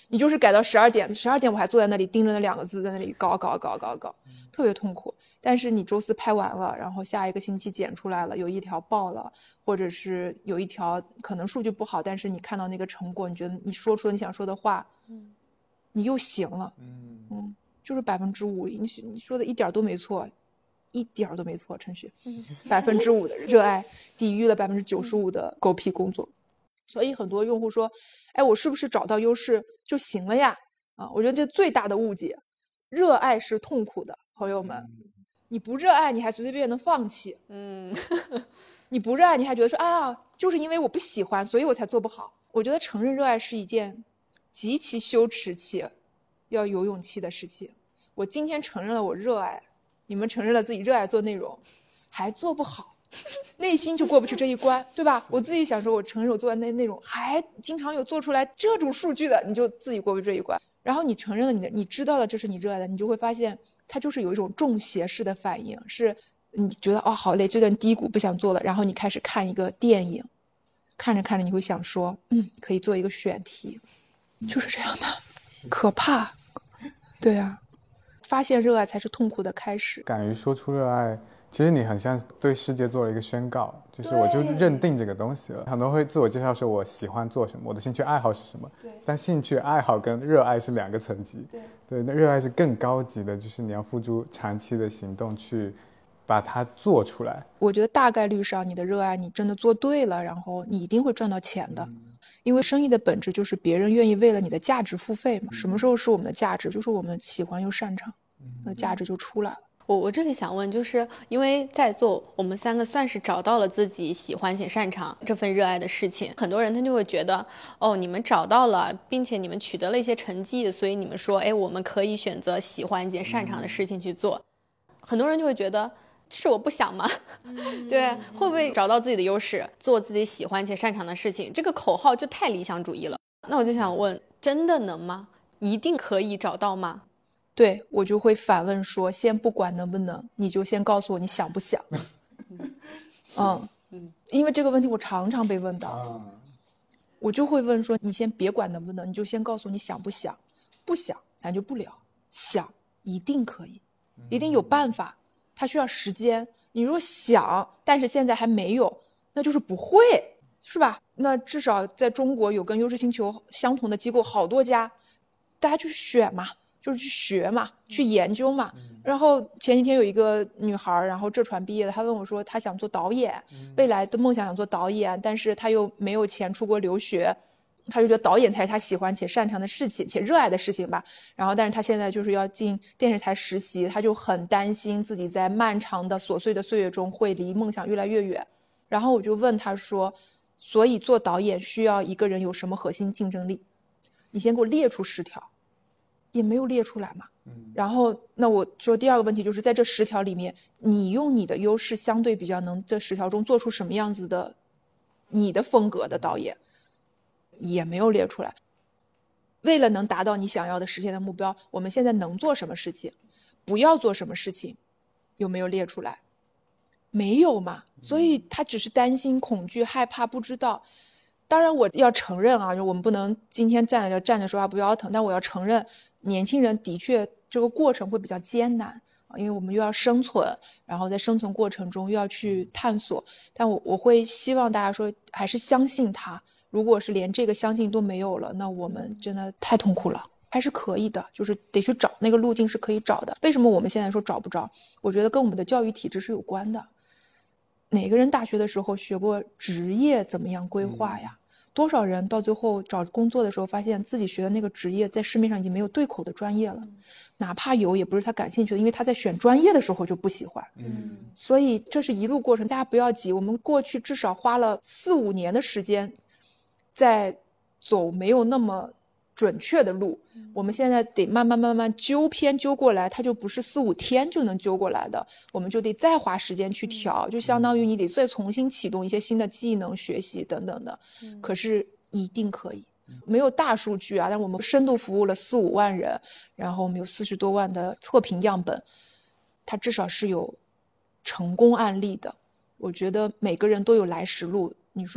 你就是改到十二点，十二点我还坐在那里盯着那两个字在那里搞搞搞搞搞，特别痛苦。但是你周四拍完了，然后下一个星期剪出来了，有一条爆了，或者是有一条可能数据不好，但是你看到那个成果，你觉得你说出了你想说的话，嗯，你又行了，嗯嗯，就是百分之五，你你说的一点都没错，一点都没错，陈旭，百分之五的热爱抵御了百分之九十五的狗屁工作。所以很多用户说，哎，我是不是找到优势就行了呀？啊，我觉得这最大的误解，热爱是痛苦的，朋友们，你不热爱你还随随便便能放弃，嗯，你不热爱你还觉得说，啊，就是因为我不喜欢，所以我才做不好。我觉得承认热爱是一件极其羞耻且要有勇气的事情。我今天承认了我热爱，你们承认了自己热爱做内容，还做不好。内心就过不去这一关，对吧？我自己想说我承认我做的那内容还经常有做出来这种数据的，你就自己过不去这一关。然后你承认了你的，你知道了这是你热爱的，你就会发现它就是有一种中邪式的反应，是你觉得哦好累，这段低谷不想做了，然后你开始看一个电影，看着看着你会想说嗯可以做一个选题，就是这样的，可怕。对啊，发现热爱才是痛苦的开始。 敢于说出热爱，其实你很像对世界做了一个宣告，就是我就认定这个东西了。很多人会自我介绍说我喜欢做什么，我的兴趣爱好是什么，但兴趣爱好跟热爱是两个层级。对对，那热爱是更高级的，就是你要付诸长期的行动去把它做出来。 我觉得大概率上你的热爱你真的做对了，然后你一定会赚到钱的。嗯，因为生意的本质就是别人愿意为了你的价值付费嘛。什么时候是我们的价值？就是我们喜欢又擅长，那价值就出来了。 我我这里想问，就是因为在座我们三个算是找到了自己喜欢且擅长这份热爱的事情，很多人他就会觉得，哦，你们找到了，并且你们取得了一些成绩，所以你们说，哎，我们可以选择喜欢一件擅长的事情去做。很多人就会觉得，这是我不想吗？对，会不会找到自己的优势，做自己喜欢且擅长的事情？这个口号就太理想主义了。那我就想问，真的能吗？一定可以找到吗？ 对，我就会反问说，先不管能不能，你就先告诉我你想不想。嗯，因为这个问题我常常被问到，我就会问说，你先别管能不能，你就先告诉我你想不想。不想咱就不聊，想一定可以，一定有办法，它需要时间。你如果想但是现在还没有，那就是不会，是吧？那至少在中国有跟优势星球相同的机构好多家，大家去选嘛，就是去学嘛，去研究嘛。然后前几天有一个女孩，然后浙传毕业的，她问我说她想做导演，未来的梦想想做导演，但是她又没有钱出国留学，她就觉得导演才是她喜欢且擅长的事情且热爱的事情吧。然后但是她现在就是要进电视台实习，她就很担心自己在漫长的琐碎的岁月中会离梦想越来越远。然后我就问她说，所以做导演需要一个人有什么核心竞争力？你先给我列出十条，也没有列出来嘛。然后那我说第二个问题就是在这十条里面，你用你的优势相对比较能这十条中做出什么样子的你的风格的导演，也没有列出来。为了能达到你想要的实现的目标，我们现在能做什么事情，不要做什么事情，有没有列出来？没有嘛。所以他只是担心恐惧害怕不知道。当然我要承认啊，就我们不能今天站着站着说话不腰疼，但我要承认年轻人的确这个过程会比较艰难，因为我们又要生存，然后在生存过程中又要去探索。但我我会希望大家说还是相信他，如果是连这个相信都没有了，那我们真的太痛苦了。还是可以的，就是得去找那个路径是可以找的。为什么我们现在说找不着？我觉得跟我们的教育体制是有关的。哪个人大学的时候学过职业怎么样规划呀？多少人到最后找工作的时候发现自己学的那个职业在市面上已经没有对口的专业了，哪怕有也不是他感兴趣的，因为他在选专业的时候就不喜欢。嗯，所以这是一路过程，大家不要急，我们过去至少花了四五年的时间在走没有那么准确的路，我们现在得慢慢慢慢揪偏揪过来，它就不是四五天就能揪过来的，我们就得再花时间去调，就相当于你得再重新启动一些新的技能学习等等的。可是一定可以，没有大数据啊，但我们深度服务了四五万人，然后我们有四十多万的测评样本，它至少是有成功案例的。我觉得每个人都有来时路，你说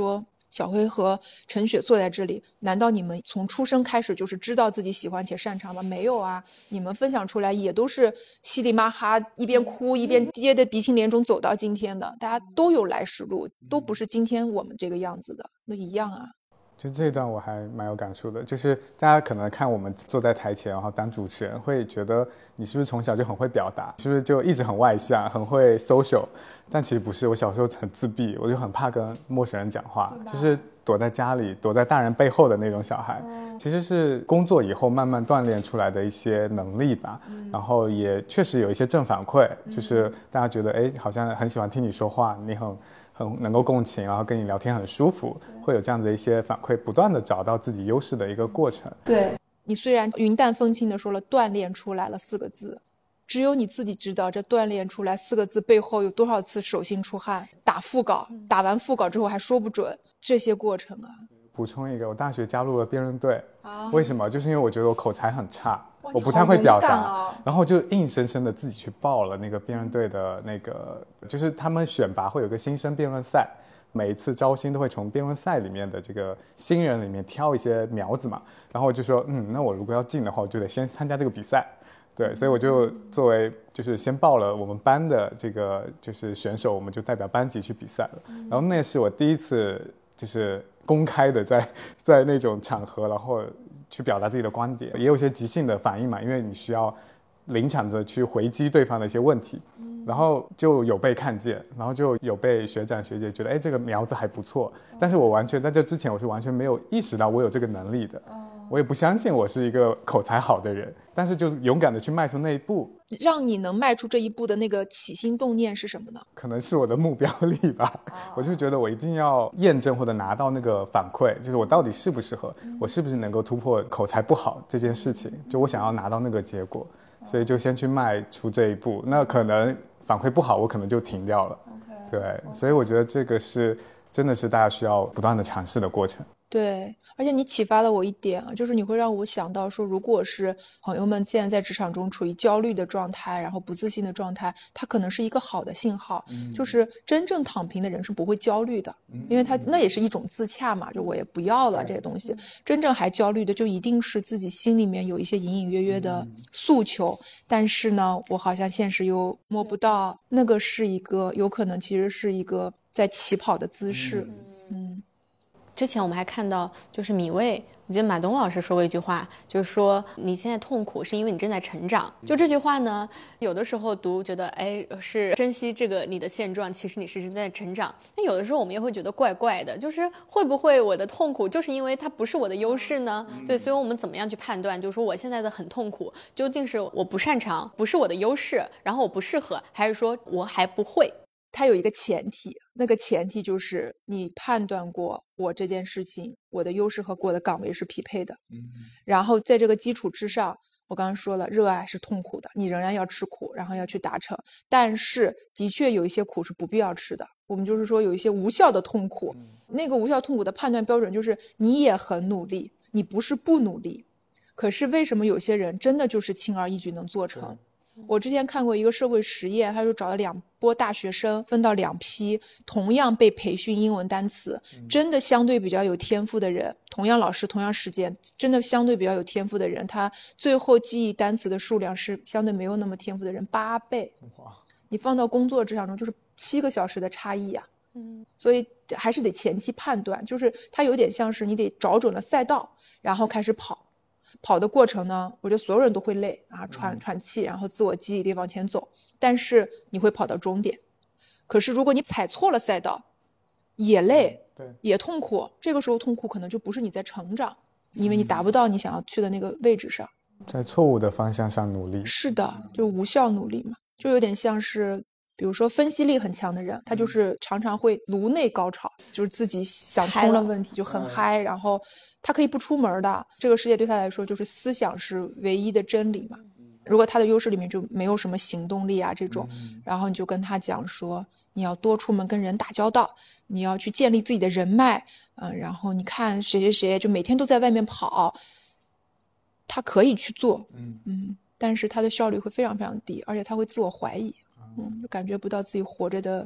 小辉和陈雪坐在这里，难道你们从出生开始就是知道自己喜欢且擅长吗？没有啊，你们分享出来也都是稀里马哈，一边哭一边跌的鼻青脸肿走到今天的，大家都有来时路，都不是今天我们这个样子的，那一样啊。 就这一段我还蛮有感触的，就是大家可能看我们坐在台前然后当主持人会觉得你是不是从小就很会表达，是不是就一直很外向很会 social， 但其实不是，我小时候很自闭，我就很怕跟陌生人讲话，就是躲在家里躲在大人背后的那种小孩、嗯、其实是工作以后慢慢锻炼出来的一些能力吧、嗯、然后也确实有一些正反馈、嗯、就是大家觉得哎，好像很喜欢听你说话，你很很能够共情，然后跟你聊天很舒服，会有这样的一些反馈，不断的找到自己优势的一个过程。 对，你虽然云淡风轻的说了锻炼出来了四个字，只有你自己知道这锻炼出来四个字背后有多少次手心出汗，打副稿，打完副稿之后还说不准这些过程啊。 补充一个，我大学加入了辩论队、 啊、 为什么？就是因为我觉得我口才很差，我不太会表达、 哦、 然后就硬生生的自己去报了那个辩论队的那个，就是他们选拔会有个新生辩论赛，每一次招新都会从辩论赛里面的这个新人里面挑一些苗子嘛，然后我就说嗯，那我如果要进的话我就得先参加这个比赛，对，所以我就作为就是先报了我们班的这个就是选手，我们就代表班级去比赛了，然后那是我第一次就是公开的在在那种场合然后去表达自己的观点，也有一些即兴的反应嘛，因为你需要临场的去回击对方的一些问题，然后就有被看见，然后就有被学长学姐觉得哎，这个苗子还不错，但是我完全在这之前我是完全没有意识到我有这个能力的，我也不相信我是一个口才好的人，但是就勇敢的去迈出那一步。 让你能迈出这一步的那个起心动念是什么呢？ 可能是我的目标力吧、哦、我就觉得我一定要验证或者拿到那个反馈，就是我到底适不适合、嗯、我是不是能够突破口才不好这件事情，就我想要拿到那个结果、哦、所以就先去迈出这一步，那可能反馈不好我可能就停掉了、okay, 对、okay. 所以我觉得这个是真的是大家需要不断的尝试的过程。 对，而且你启发了我一点啊，就是你会让我想到说，如果是朋友们现在在职场中处于焦虑的状态，然后不自信的状态，它可能是一个好的信号、嗯、就是真正躺平的人是不会焦虑的、嗯、因为他那也是一种自洽嘛，就我也不要了这些东西，真正还焦虑的就一定是自己心里面有一些隐隐约约的诉求、嗯、但是呢我好像现实又摸不到，那个是一个有可能其实是一个在起跑的姿势。嗯, 嗯之前我们还看到就是米未，我记得马东老师说过一句话，就是说你现在痛苦是因为你正在成长，就这句话呢有的时候读觉得哎是珍惜这个你的现状，其实你是正在成长，那有的时候我们也会觉得怪怪的，就是会不会我的痛苦就是因为它不是我的优势呢？对，所以我们怎么样去判断，就是说我现在的很痛苦究竟是我不擅长，不是我的优势，然后我不适合，还是说我还不会？ 它有一个前提，那个前提就是你判断过我这件事情我的优势和我的岗位是匹配的、嗯、然后在这个基础之上，我刚刚说了热爱是痛苦的，你仍然要吃苦，然后要去达成，但是的确有一些苦是不必要吃的，我们就是说有一些无效的痛苦、嗯、那个无效痛苦的判断标准就是你也很努力，你不是不努力，可是为什么有些人真的就是轻而易举能做成？我之前看过一个社会实验，他就找了两波大学生分到两批，同样被培训英文单词，真的相对比较有天赋的人，同样老师同样时间，真的相对比较有天赋的人，他最后记忆单词的数量是相对没有那么天赋的人八倍。你放到工作职场中就是七个小时的差异啊。嗯，所以还是得前期判断，就是它有点像是你得找准了赛道，然后开始跑。跑的过程呢，我觉得所有人都会累啊，喘喘气，然后自我激励地往前走，但是你会跑到终点。可是如果你踩错了赛道，也累，对，也痛苦，这个时候痛苦可能就不是你在成长，因为你达不到你想要去的那个位置上， 在错误的方向上努力。 是的，就无效努力嘛，就有点像是比如说分析力很强的人，他就是常常会颅内高潮，就是自己想通了问题就很嗨，然后他可以不出门的，这个世界对他来说就是思想是唯一的真理嘛。如果他的优势里面就没有什么行动力啊这种，然后你就跟他讲说你要多出门跟人打交道，你要去建立自己的人脉，嗯，然后你看谁谁谁就每天都在外面跑，他可以去做，嗯嗯，但是他的效率会非常非常低，而且他会自我怀疑，嗯，就感觉不到自己活着的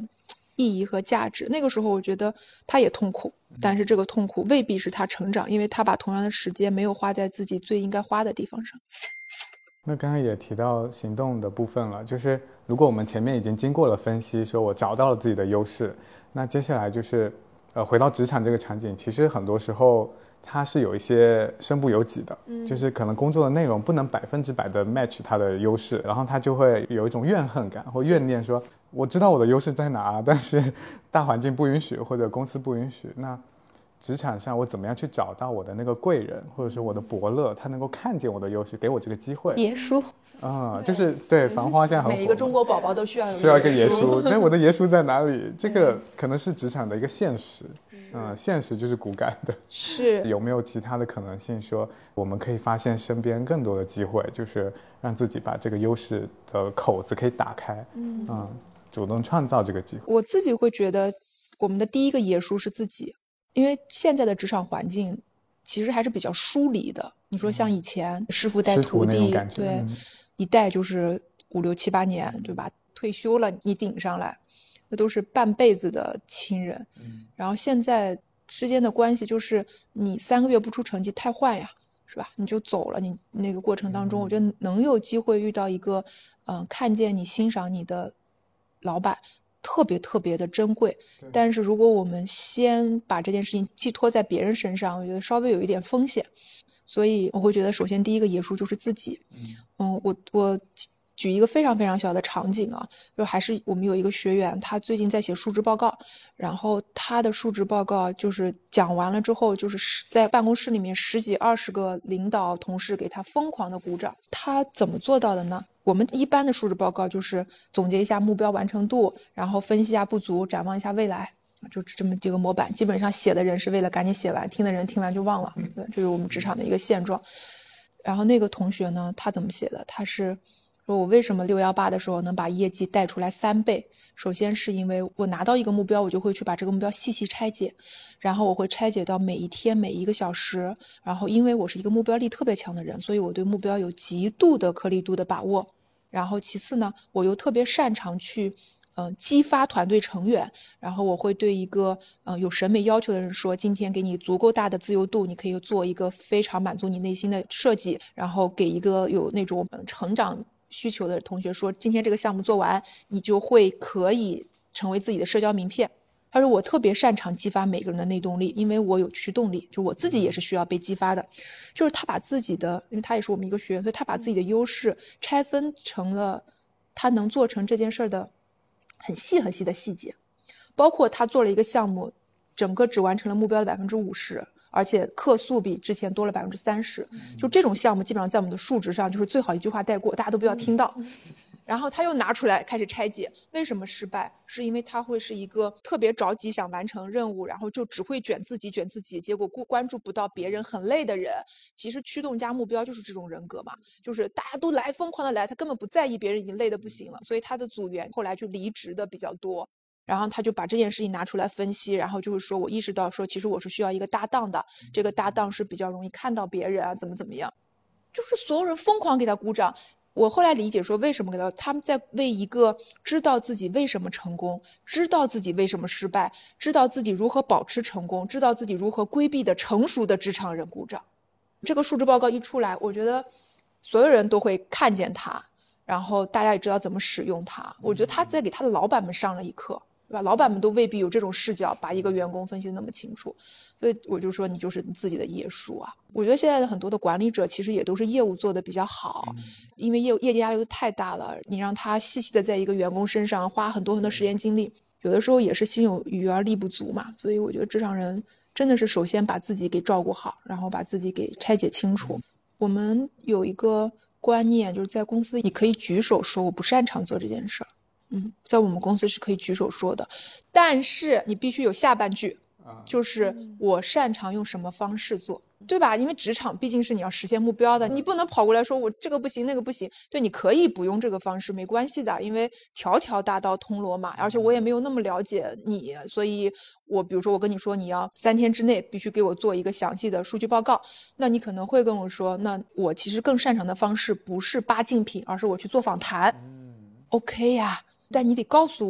意义和价值。那个时候我觉得他也痛苦，但是这个痛苦未必是他成长，因为他把同样的时间没有花在自己最应该花的地方上。 那刚刚也提到行动的部分了，就是如果我们前面已经经过了分析，说我找到了自己的优势，那接下来就是呃回到职场这个场景，其实很多时候它是有一些身不由己的、嗯、就是可能工作的内容不能百分之百的 match 它的优势，然后他就会有一种怨恨感或怨念，说我知道我的优势在哪，但是大环境不允许或者公司不允许。那职场上我怎么样去找到我的那个贵人，或者说我的伯乐，他能够看见我的优势，给我这个机会。 爷叔啊、嗯，就是对繁花现在很火， 每一个中国宝宝都需要有需要一个爷叔。那我的爷叔在哪里？这个可能是职场的一个现实。嗯，现实就是骨感的。 是有没有其他的可能性，说我们可以发现身边更多的机会，就是让自己把这个优势的口子可以打开，嗯，嗯主动创造这个机会。 我自己会觉得，我们的第一个爷叔是自己。因为现在的职场环境其实还是比较疏离的，你说像以前师傅带徒弟，对、嗯、一带就是五六七八年，对吧？退休了你顶上来，那都是半辈子的亲人、嗯、然后现在之间的关系就是你三个月不出成绩太坏呀，是吧？你就走了，你那个过程当中、嗯、我觉得能有机会遇到一个嗯、呃，看见你欣赏你的老板特别特别的珍贵。但是如果我们先把这件事情寄托在别人身上，我觉得稍微有一点风险。所以我会觉得首先第一个爷叔就是自己。嗯，我我举一个非常非常小的场景啊，就还是我们有一个学员，他最近在写述职报告，然后他的述职报告就是讲完了之后，就是在办公室里面十几二十个领导同事给他疯狂的鼓掌。他怎么做到的呢？我们一般的述职报告就是总结一下目标完成度，然后分析一下不足，展望一下未来，就这么几个模板。基本上写的人是为了赶紧写完，听的人听完就忘了，对，这是我们职场的一个现状。然后那个同学呢，他怎么写的？他是说我为什么六一八的时候能把业绩带出来三倍？首先是因为我拿到一个目标，我就会去把这个目标细细拆解，然后我会拆解到每一天每一个小时，然后因为我是一个目标力特别强的人，所以我对目标有极度的颗粒度的把握。然后其次呢，我又特别擅长去嗯、呃、激发团队成员，然后我会对一个嗯、呃、有审美要求的人说，今天给你足够大的自由度，你可以做一个非常满足你内心的设计，然后给一个有那种成长需求的同学说，今天这个项目做完，你就会可以成为自己的社交名片。他说我特别擅长激发每个人的内动力，因为我有驱动力，就我自己也是需要被激发的。就是他把自己的，因为他也是我们一个学员，所以他把自己的优势拆分成了他能做成这件事的很细很细的细节，包括他做了一个项目，整个只完成了目标的百分之五十，而且客诉比之前多了百分之三十。就这种项目，基本上在我们的述职上就是最好一句话带过，大家都不要听到。然后他又拿出来开始拆解，为什么失败？是因为他会是一个特别着急想完成任务，然后就只会卷自己卷自己，结果关注不到别人很累的人。其实驱动加目标就是这种人格嘛，就是大家都来疯狂的来，他根本不在意别人已经累得不行了，所以他的组员后来就离职的比较多。然后他就把这件事情拿出来分析，然后就是说我意识到说其实我是需要一个搭档的，这个搭档是比较容易看到别人啊怎么怎么样，就是所有人疯狂给他鼓掌。我后来理解说为什么给他，他们在为一个知道自己为什么成功，知道自己为什么失败，知道自己如何保持成功，知道自己如何规避的成熟的职场人鼓掌。这个述职报告一出来，我觉得所有人都会看见他，然后大家也知道怎么使用它。我觉得他在给他的老板们上了一课，对吧？老板们都未必有这种视角，把一个员工分析得那么清楚。所以我就说你就是你自己的爷叔啊。我觉得现在的很多的管理者其实也都是业务做得比较好，因为业务业绩压力都太大了，你让他细细的在一个员工身上花很多很多时间精力，有的时候也是心有余而力不足嘛。所以我觉得职场人真的是首先把自己给照顾好，然后把自己给拆解清楚。我们有一个观念，就是在公司你可以举手说我不擅长做这件事儿，嗯，在我们公司是可以举手说的，但是你必须有下半句，就是我擅长用什么方式做，对吧？因为职场毕竟是你要实现目标的，你不能跑过来说我这个不行那个不行。对，你可以不用这个方式没关系的，因为条条大道通罗马，而且我也没有那么了解你，所以我比如说我跟你说你要三天之内必须给我做一个详细的数据报告，那你可能会跟我说，那我其实更擅长的方式不是扒竞品，而是我去做访谈。OK 呀，但你得告诉我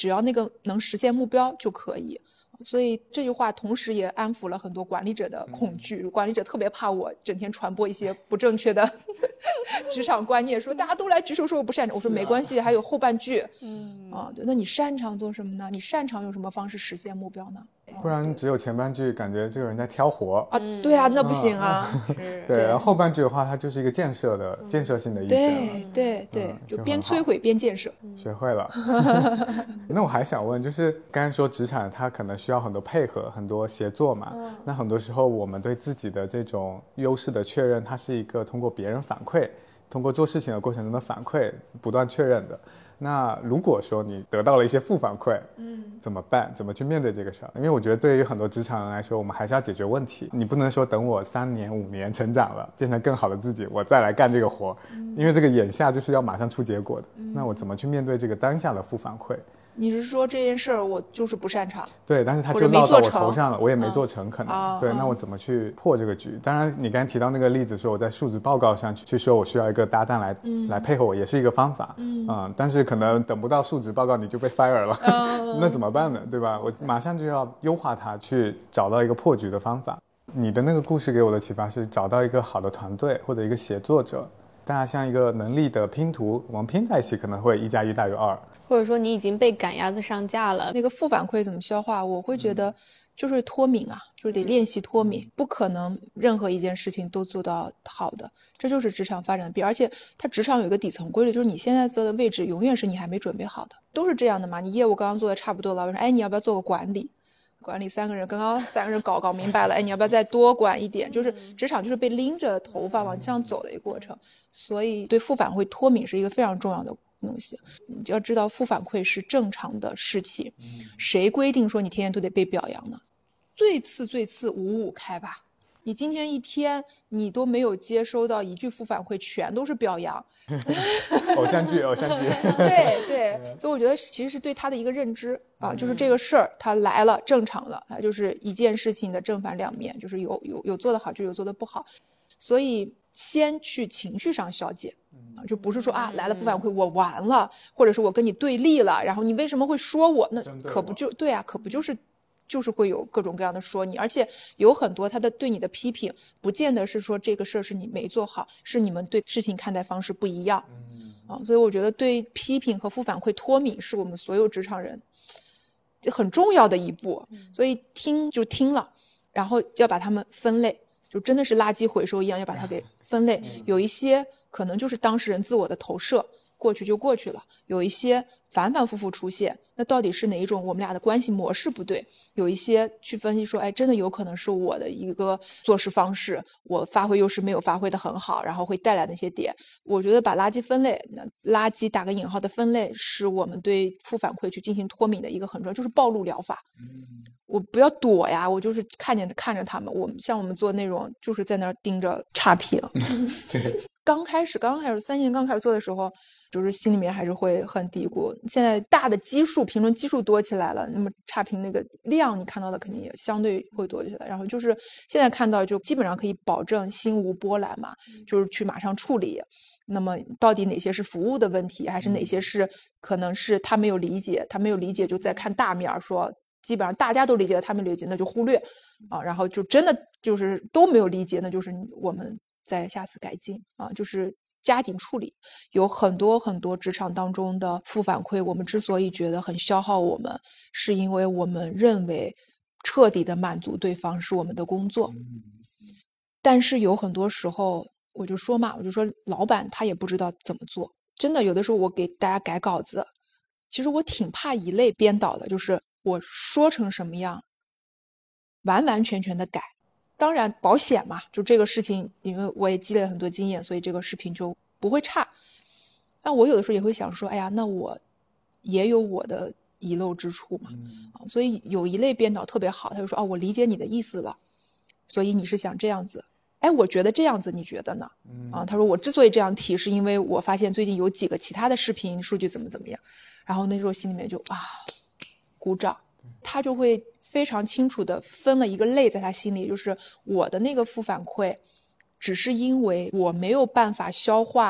只要那个能实现目标就可以。所以这句话同时也安抚了很多管理者的恐惧，管理者特别怕我整天传播一些不正确的职场观念，说大家都来举手说我不擅长，我说没关系，还有后半句。嗯啊，对，那你擅长做什么呢？你擅长用什么方式实现目标呢？ 不然只有前半句感觉这个人在挑活啊，对啊，那不行啊。 嗯、对，然后后半句的话它就是一个建设的、嗯、建设性的意思。 对对对、嗯，就边摧毁边建设。 学会了。那我还想问，就是刚才说职场它可能需要很多配合、很多协作嘛、嗯、那很多时候我们对自己的这种优势的确认，它是一个通过别人反馈，通过做事情的过程中的反馈不断确认的。那如果说你得到了一些负反馈，嗯，怎么办？怎么去面对这个事儿？因为我觉得对于很多职场人来说，我们还是要解决问题。你不能说等我三年五年成长了，变成更好的自己，我再来干这个活，嗯、因为这个眼下就是要马上出结果的。嗯、那我怎么去面对这个当下的负反馈？ 你是说这件事儿我就是不擅长？ 对，但是它就落到我头上了，我也没做成，可能、嗯、对、嗯。那我怎么去破这个局？当然，你刚才提到那个例子，说我在述职报告上去说我需要一个搭档来、嗯、来配合我，也是一个方法。嗯, 嗯但是可能等不到述职报告你就被 fire 了，嗯、那怎么办呢？对吧？我马上就要优化它，去找到一个破局的方法。你的那个故事给我的启发是找到一个好的团队或者一个协作者。大家像一个能力的拼图，我们拼在一起可能会一加一大于二， 或者说你已经被赶鸭子上架了。 那个负反馈怎么消化？我会觉得就是脱敏啊，就是得练习脱敏，不可能任何一件事情都做到好的，这就是职场发展的必要。而且它职场有一个底层规律，就是你现在做的位置永远是你还没准备好的，都是这样的嘛。你业务刚刚做的差不多了，老板说，哎，你要不要做个管理？管理三个人，刚刚三个人搞搞明白了，哎，你要不要再多管一点？就是职场就是被拎着头发往上走的一个过程，所以对负反馈脱敏是一个非常重要的东西。你就要知道负反馈是正常的事情，谁规定说你天天都得被表扬呢？最次最次五五开吧。你今天一天你都没有接收到一句负反馈，全都是表扬。 偶像剧偶像剧对对，所以我觉得其实是对他的一个认知啊，就是这个事儿它来了正常的，它就是一件事情的正反两面，就是有有有做得好就有做得不好，所以先去情绪上消解啊，就不是说啊来了负反馈我完了，或者是我跟你对立了，然后你为什么会说我？那可不就对啊，可不就是就是会有各种各样的说你，而且有很多他的对你的批评不见得是说这个事儿是你没做好，是你们对事情看待方式不一样、嗯啊、所以我觉得对批评和负反馈脱敏是我们所有职场人很重要的一步，所以听就听了，然后要把它们分类，就真的是垃圾回收一样要把它给分类，有一些可能就是当事人自我的投射，过去就过去了，有一些反反复复出现，那到底是哪一种我们俩的关系模式不对？有一些去分析说，哎，真的有可能是我的一个做事方式，我发挥优势没有发挥得很好，然后会带来那些点。我觉得把垃圾分类，那垃圾打个引号的分类，是我们对负反馈去进行脱敏的一个很重要，就是暴露疗法。嗯，我不要躲呀，我就是看见看着他们，我们像我们做内容就是在那儿盯着差评。对，刚开始刚开始三线刚开始做的时候，就是心里面还是会很嘀咕，现在大的基数评论基数多起来了，那么差评那个量你看到的肯定也相对会多起来，然后就是现在看到就基本上可以保证心无波澜嘛，就是去马上处理。那么到底哪些是服务的问题，还是哪些是可能是他没有理解，他没有理解就再看大面说基本上大家都理解了，他没理解那就忽略啊，然后就真的就是都没有理解，那就是我们再下次改进啊，就是加紧处理。有很多很多职场当中的负反馈，我们之所以觉得很消耗我们，是因为我们认为彻底的满足对方是我们的工作。但是有很多时候我就说嘛，我就说老板他也不知道怎么做，真的有的时候我给大家改稿子，其实我挺怕一类编导的，就是我说成什么样完完全全的改。当然保险嘛，就这个事情因为我也积累了很多经验，所以这个视频就不会差。那我有的时候也会想说，哎呀，那我也有我的遗漏之处嘛、嗯啊、所以有一类编导特别好，他就说，哦，我理解你的意思了，所以你是想这样子，哎，我觉得这样子你觉得呢、嗯、啊，他说我之所以这样提是因为我发现最近有几个其他的视频数据怎么怎么样，然后那时候心里面就啊鼓掌，他就会非常清楚的分了一个类在他心里，就是我的那个负反馈只是因为我没有办法消化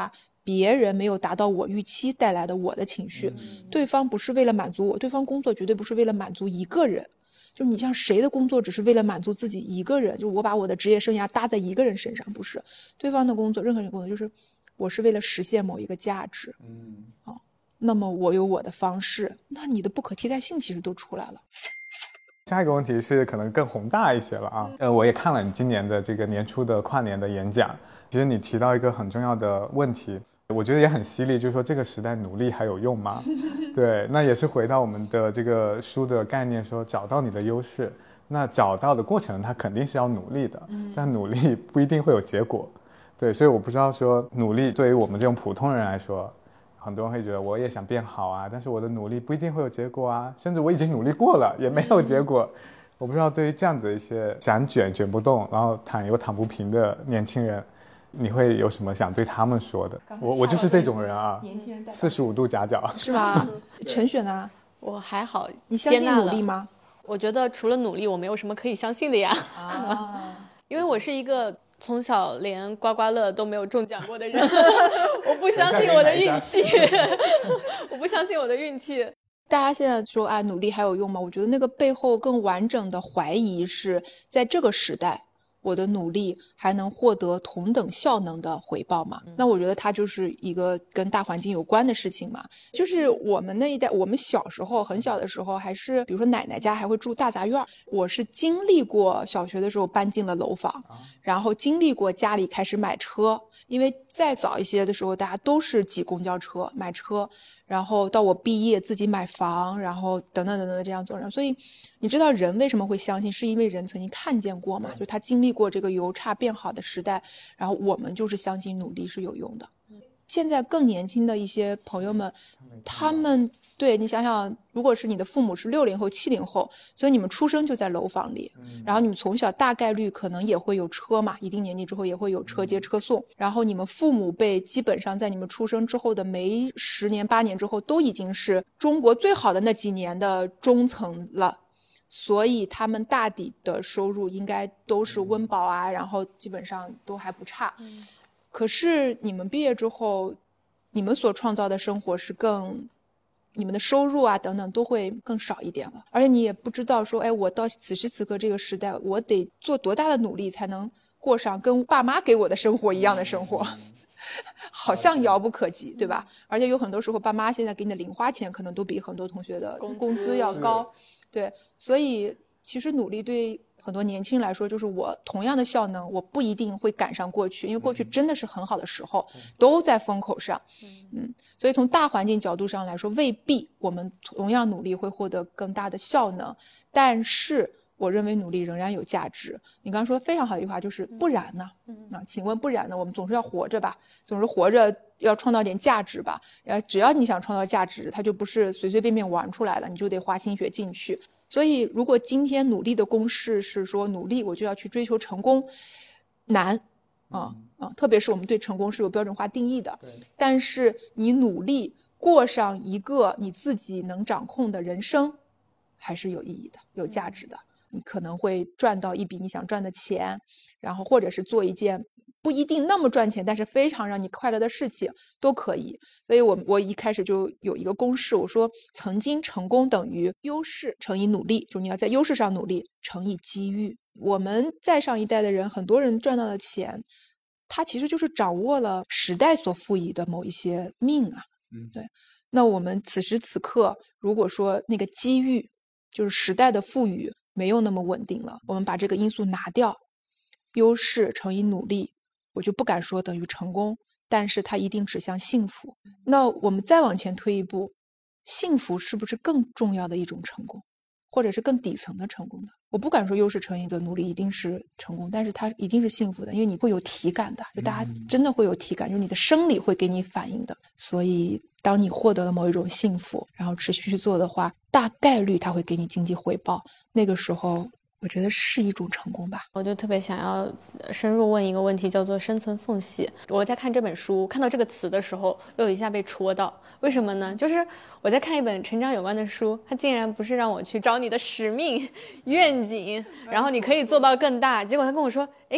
别人没有达到我预期带来的我的情绪，对方不是为了满足我，对方工作绝对不是为了满足一个人，就你像谁的工作只是为了满足自己一个人，就我把我的职业生涯搭在一个人身上，不是，对方的工作，任何人工作就是我是为了实现某一个价值，嗯，哦，那么我有我的方式，那你的不可替代性其实都出来了。 下一个问题是可能更宏大一些了啊，呃，我也看了你今年的这个年初的跨年的演讲，其实你提到一个很重要的问题，我觉得也很犀利，就是说这个时代努力还有用吗？对，那也是回到我们的这个书的概念，说找到你的优势，那找到的过程它肯定是要努力的，但努力不一定会有结果。对，所以我不知道说努力对于我们这种普通人来说，很多人会觉得我也想变好啊，但是我的努力不一定会有结果啊，甚至我已经努力过了也没有结果。我不知道对于这样子一些想卷卷不动，然后躺又躺不平的年轻人，你会有什么想对他们说的？我我就是这种人啊， 年轻人四十五度夹角是吗？陈雪呢？ 我还好， 你相信努力吗？ 我觉得除了努力，我没有什么可以相信的呀。啊，因为我是一个从小连刮刮乐都没有中奖过的人，我不相信我的运气，我不相信我的运气。 大家现在说啊，努力还有用吗？我觉得那个背后更完整的怀疑是在这个时代，我的努力还能获得同等效能的回报吗？那我觉得它就是一个跟大环境有关的事情嘛。就是我们那一代，我们小时候很小的时候，还是比如说奶奶家还会住大杂院，我是经历过小学的时候搬进了楼房，然后经历过家里开始买车，因为再早一些的时候大家都是挤公交车买车，然后到我毕业自己买房，然后等等等等这样做。所以你知道人为什么会相信，是因为人曾经看见过嘛，就他经历过这个由差变好的时代，然后我们就是相信努力是有用的。现在更年轻的一些朋友们，他们对你想想，如果是你的父母是六零后七零后，所以你们出生就在楼房里，然后你们从小大概率可能也会有车嘛，一定年纪之后也会有车接车送，然后你们父母辈基本上在你们出生之后的没十年八年之后都已经是中国最好的那几年的中层了，所以他们大抵的收入应该都是温饱啊，然后基本上都还不差。可是你们毕业之后，你们所创造的生活是更，你们的收入啊等等都会更少一点了，而且你也不知道说，哎，我到此时此刻这个时代，我得做多大的努力才能过上跟爸妈给我的生活一样的生活，好像遥不可及，对吧？而且有很多时候，爸妈现在给你的零花钱可能都比很多同学的工资要高，对，所以其实努力对很多年轻人来说，就是我同样的效能，我不一定会赶上过去，因为过去真的是很好的时候，都在风口上，嗯，所以从大环境角度上来说，未必我们同样努力会获得更大的效能，但是我认为努力仍然有价值。你刚刚说的非常好的一句话，就是不然呢？啊，请问不然呢？我们总是要活着吧，总是活着要创造点价值吧。呃，只要你想创造价值，它就不是随随便便玩出来的，你就得花心血进去。所以如果今天努力的公式是说努力我就要去追求成功，难啊啊！特别是我们对成功是有标准化定义的，但是你努力过上一个你自己能掌控的人生，还是有意义的，有价值的。你可能会赚到一笔你想赚的钱，然后或者是做一件不一定那么赚钱，但是非常让你快乐的事情都可以。所以我我一开始就有一个公式，我说曾经成功等于优势乘以努力，就是你要在优势上努力乘以机遇。我们再上一代的人，很多人赚到的钱，他其实就是掌握了时代所赋予的某一些命啊。嗯，对。那我们此时此刻，如果说那个机遇，就是时代的赋予没有那么稳定了，我们把这个因素拿掉，优势乘以努力，我就不敢说等于成功，但是它一定指向幸福。那我们再往前推一步，幸福是不是更重要的一种成功，或者是更底层的成功呢？我不敢说优势乘以的努力一定是成功，但是它一定是幸福的，因为你会有体感的，就大家真的会有体感，就是你的生理会给你反应的。所以当你获得了某一种幸福，然后持续去做的话，大概率它会给你经济回报，那个时候我觉得是一种成功吧。 我就特别想要深入问一个问题，叫做生存缝隙。我在看这本书，看到这个词的时候，又一下被戳到。为什么呢？就是我在看一本成长有关的书，它竟然不是让我去找你的使命、愿景，然后你可以做到更大。结果他跟我说，哎，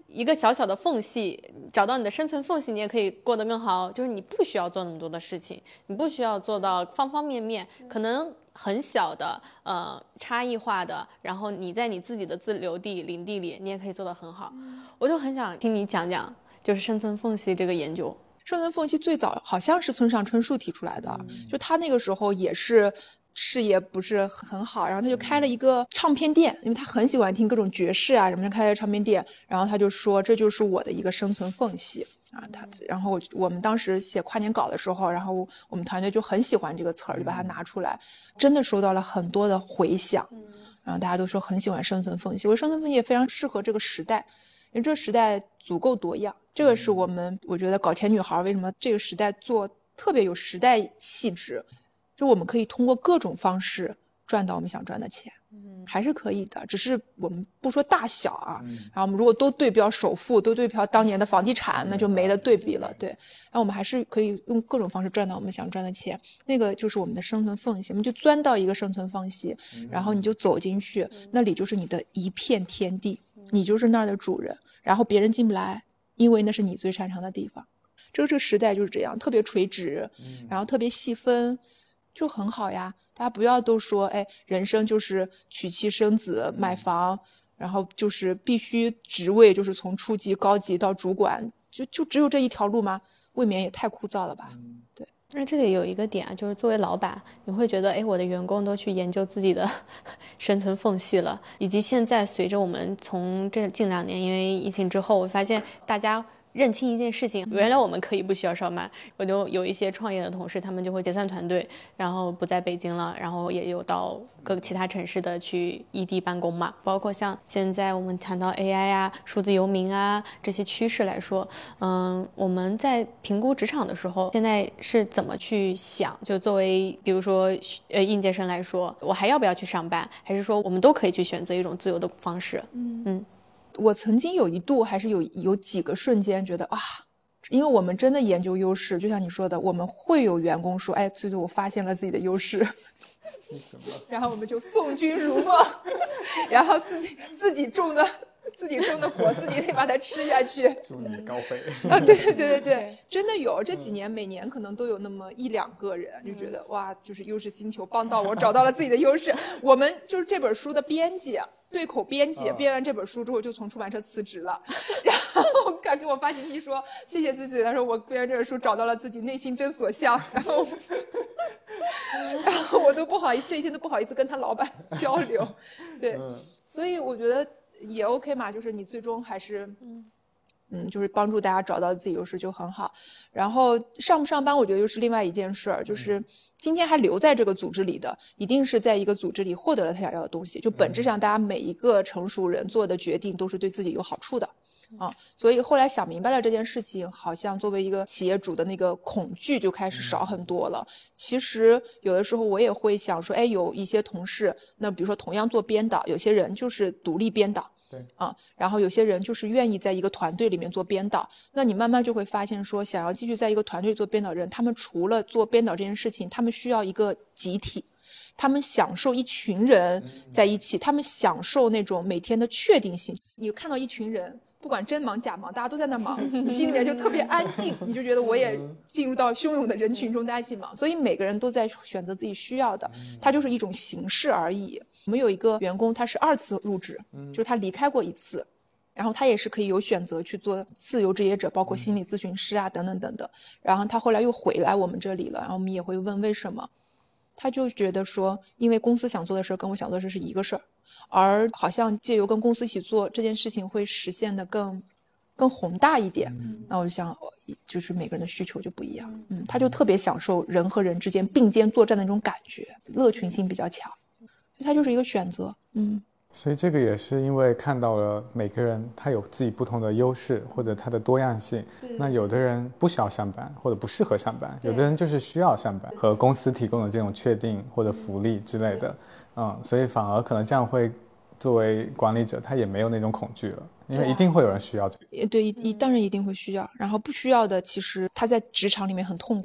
一个小小的缝隙，找到你的生存缝隙，你也可以过得更好。就是你不需要做那么多的事情，你不需要做到方方面面，可能很小的呃差异化的，然后你在你自己的自留地领地里，你也可以做得很好。我就很想听你讲讲，就是生存缝隙这个研究。 生存缝隙最早好像是村上春树提出来的，嗯、就他那个时候也是事业不是很好，然后他就开了一个唱片店，因为他很喜欢听各种爵士啊什么，就开了唱片店，然后他就说这就是我的一个生存缝隙啊。他然后我我们当时写跨年稿的时候，然后我们团队就很喜欢这个词儿，就把它拿出来，真的收到了很多的回响，然后大家都说很喜欢生存缝隙。我说生存缝隙也非常适合这个时代，因为这个时代足够多样。这个是我们我觉得搞钱女孩为什么这个时代做特别有时代气质，就我们可以通过各种方式赚到我们想赚的钱，嗯，还是可以的，只是我们不说大小啊，嗯、然后我们如果都对标首富，都对标当年的房地产，那就没得对比了，对。然后我们还是可以用各种方式赚到我们想赚的钱，那个就是我们的生存缝隙，我们就钻到一个生存缝隙，然后你就走进去，那里就是你的一片天地，你就是那儿的主人，然后别人进不来，因为那是你最擅长的地方。这个这个时代就是这样，特别垂直，然后特别细分，就很好呀。大家不要都说，哎，人生就是娶妻生子、买房，然后就是必须职位就是从初级、高级到主管，就就只有这一条路吗？未免也太枯燥了吧？对。 那这里有一个点啊，就是作为老板，你会觉得，哎，我的员工都去研究自己的生存缝隙了，以及现在随着我们从这近两年，因为疫情之后，我发现大家认清一件事情，原来我们可以不需要上班。我就有一些创业的同事，他们就会解散团队，然后不在北京了，然后也有到各其他城市的去异地办公嘛。包括像现在我们谈到 A I 啊、数字游民啊这些趋势来说，嗯，我们在评估职场的时候，现在是怎么去想？就作为比如说呃应届生来说，我还要不要去上班？还是说我们都可以去选择一种自由的方式？嗯嗯。 我曾经有一度还是有有几个瞬间觉得啊，因为我们真的研究优势，就像你说的，我们会有员工说，哎，最近我发现了自己的优势，然后我们就送君如梦，然后自己自己种的自己种的果，自己得把它吃下去。 祝你高飞啊！对对对对对，真的有，这几年每年可能都有那么一两个人就觉得哇，就是优势星球帮到我，找到了自己的优势。我们就是这本书的编辑。对口编辑编完这本书之后就从出版社辞职了，然后他给我发信息说谢谢翠翠，他说我编完这本书找到了自己内心真所向，然后然后我都不好意思，这一天都不好意思跟他老板交流，对，所以我觉得也 OK 嘛，就是你最终还是嗯，就是帮助大家找到自己优势就很好。然后上不上班，我觉得又是另外一件事儿，就是今天还留在这个组织里的，一定是在一个组织里获得了他想要的东西。就本质上，大家每一个成熟人做的决定都是对自己有好处的啊。所以后来想明白了这件事情，好像作为一个企业主的那个恐惧就开始少很多了。其实有的时候我也会想说，哎，有一些同事，那比如说同样做编导，有些人就是独立编导。 对啊，然后有些人就是愿意在一个团队里面做编导，那你慢慢就会发现说，想要继续在一个团队做编导的人，他们除了做编导这件事情，他们需要一个集体，他们享受一群人在一起，他们享受那种每天的确定性。你看到一群人，不管真忙假忙，大家都在那忙，你心里面就特别安定，你就觉得我也进入到汹涌的人群中，大家一起忙。所以每个人都在选择自己需要的，它就是一种形式而已。我们有一个员工，他是二次入职，就是他离开过一次，然后他也是可以有选择去做自由职业者，包括心理咨询师啊等等等等。然后他后来又回来我们这里了，然后我们也会问为什么，他就觉得说，因为公司想做的事跟我想做的事是一个事儿，而好像借由跟公司一起做这件事情会实现的更更宏大一点。那我就想，就是每个人的需求就不一样。嗯，他就特别享受人和人之间并肩作战的那种感觉，乐群性比较强。所以它就是一个选择。嗯， 所以这个也是因为看到了每个人他有自己不同的优势或者他的多样性。那有的人不需要上班或者不适合上班，有的人就是需要上班和公司提供的这种确定或者福利之类的。嗯，所以反而可能这样会作为管理者他也没有那种恐惧了，因为一定会有人需要这个。 对，一当然一定会需要，然后不需要的其实他在职场里面很痛苦的。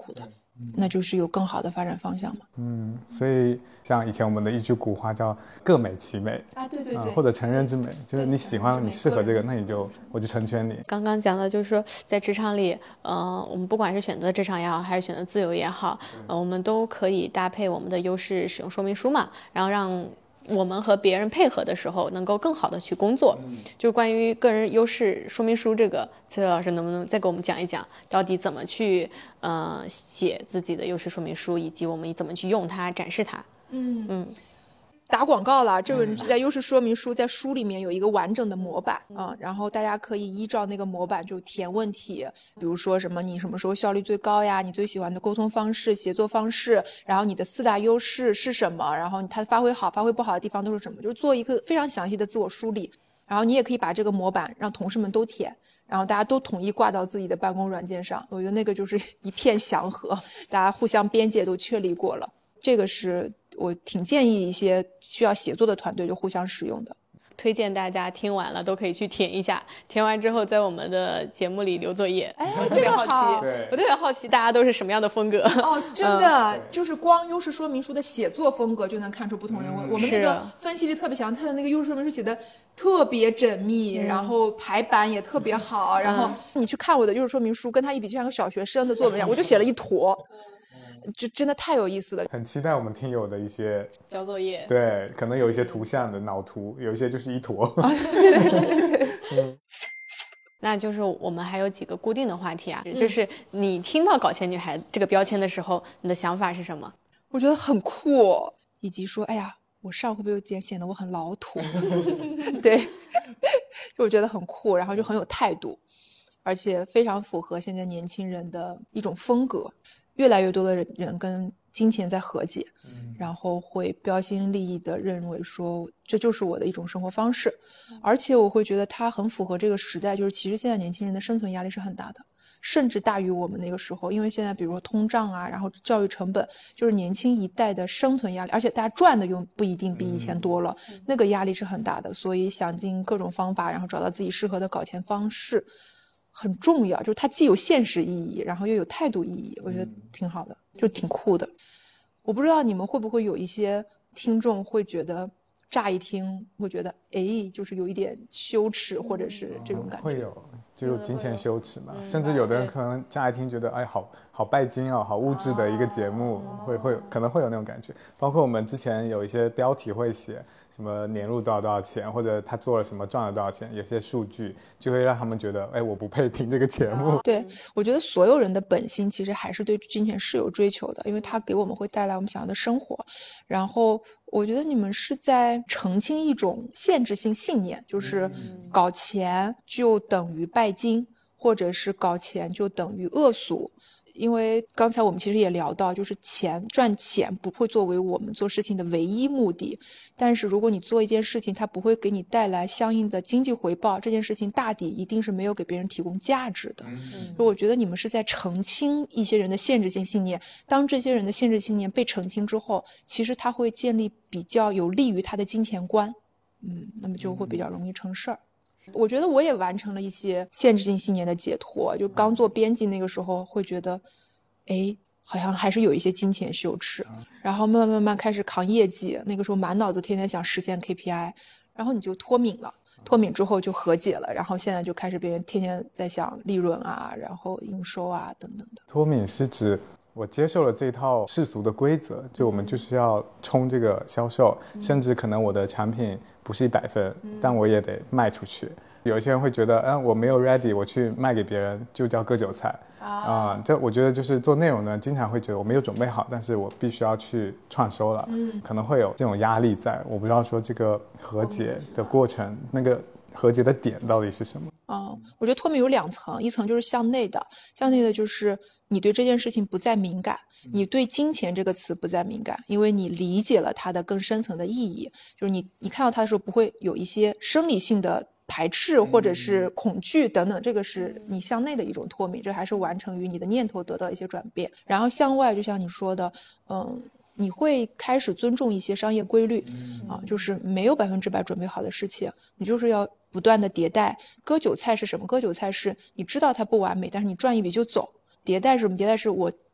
那就是有更好的发展方向嘛。 嗯，所以像以前我们的一句古话叫各美其美啊，对对对， 呃、或者成人之美，就是你喜欢你适合这个，那你就我就成全你。 刚刚讲的就是说在职场里呃，我们不管是选择职场也好还是选择自由也好、呃、我们都可以搭配我们的优势使用说明书嘛，然后让我们和别人配合的时候能够更好的去工作。就关于个人优势说明书这个，崔老师能不能再给我们讲一讲到底怎么去呃写自己的优势说明书，以及我们怎么去用它展示它。 嗯嗯， 打广告了，这本在优势说明书在书里面有一个完整的模板啊，然后大家可以依照那个模板就填问题，比如说什么你什么时候效率最高呀，你最喜欢的沟通方式、协作方式，然后你的四大优势是什么，然后它发挥好发挥不好的地方都是什么，就是做一个非常详细的自我梳理。然后你也可以把这个模板让同事们都填，然后大家都统一挂到自己的办公软件上，我觉得那个就是一片祥和，大家互相边界都确立过了。这个是我挺建议一些需要写作的团队就互相使用的。 推荐大家听完了都可以去填一下，填完之后在我们的节目里留作业。 哎， 我特别好奇，我特别好奇大家都是什么样的风格。 哦，真的、嗯、就是光优势说明书的写作风格就能看出不同人。我、嗯、我们那个分析力特别强，他的那个优势说明书写的特别缜密、嗯、然后排版也特别好、嗯、然后你去看我的优势说明书跟他一比就像个小学生的作文一样，我就写了一坨，就真的太有意思了。 很期待我们听友的一些交作业， 对，可能有一些图像的脑图，有一些就是一坨。 啊、对对对对对。 嗯，那就是我们还有几个固定的话题啊、嗯、就是你听到搞钱女孩这个标签的时候，你的想法是什么？ 我觉得很酷，以及说哎呀我上会不会有点显得我很老土。对，就我觉得很酷，然后就很有态度，而且非常符合现在年轻人的一种风格。越来越多的人跟金钱在和解、嗯、然后会标新立异的认为说这就是我的一种生活方式、嗯、而且我会觉得它很符合这个时代，就是其实现在年轻人的生存压力是很大的，甚至大于我们那个时候。因为现在比如说通胀啊，然后教育成本，就是年轻一代的生存压力，而且大家赚的又不一定比以前多了、嗯、那个压力是很大的，所以想尽各种方法然后找到自己适合的搞钱方式很重要，就是它既有现实意义然后又有态度意义，我觉得挺好的，就挺酷的。我不知道你们会不会有一些听众会觉得乍一听会觉得哎，就是有一点羞耻或者是这种感觉、 嗯、会有就有金钱羞耻嘛、嗯、甚至有的人可能乍一听觉得哎好好拜金哦，好物质的一个节目、哦、会会可能会有那种感觉。包括我们之前有一些标题会写什么年入多少多少钱，或者他做了什么赚了多少钱，有些数据就会让他们觉得哎，我不配听这个节目。 对，我觉得所有人的本心其实还是对金钱是有追求的，因为它给我们会带来我们想要的生活。然后我觉得你们是在澄清一种限制性信念，就是搞钱就等于拜金，或者是搞钱就等于恶俗。因为刚才我们其实也聊到，就是钱赚钱不会作为我们做事情的唯一目的，但是如果你做一件事情它不会给你带来相应的经济回报，这件事情大抵一定是没有给别人提供价值的。嗯，我觉得你们是在澄清一些人的限制性信念，当这些人的限制信念被澄清之后，其实他会建立比较有利于他的金钱观，嗯，那么就会比较容易成事儿。我觉得我也完成了一些限制性信念的解脱，就刚做编辑那个时候会觉得哎，好像还是有一些金钱羞耻，然后慢慢慢慢开始扛业绩，那个时候满脑子天天想实现 K P I， 然后你就脱敏了，脱敏之后就和解了，然后现在就开始别人天天在想利润啊，然后营收啊等等的。 脱敏是指我接受了这套世俗的规则，就我们就是要冲这个销售、嗯、甚至可能我的产品不是一百分、嗯、但我也得卖出去。有一些人会觉得嗯，我没有 ready 我去卖给别人就叫割韭菜啊、呃，这我觉得就是做内容呢经常会觉得我没有准备好，但是我必须要去创收了、嗯、可能会有这种压力在。我不知道说这个和解的过程、嗯、那个和解的点到底是什么。 嗯，我觉得脱敏有两层，一层就是向内的，向内的就是你对这件事情不再敏感，你对金钱这个词不再敏感，因为你理解了它的更深层的意义，就是你你看到它的时候不会有一些生理性的排斥或者是恐惧等等，这个是你向内的一种脱敏，这还是完成于你的念头得到一些转变。然后向外就像你说的嗯，你会开始尊重一些商业规律啊，就是没有百分之百准备好的事情，你就是要不断的迭代。割韭菜是什么？割韭菜是你知道它不完美，但是你赚一笔就走。迭代是什么？迭代是我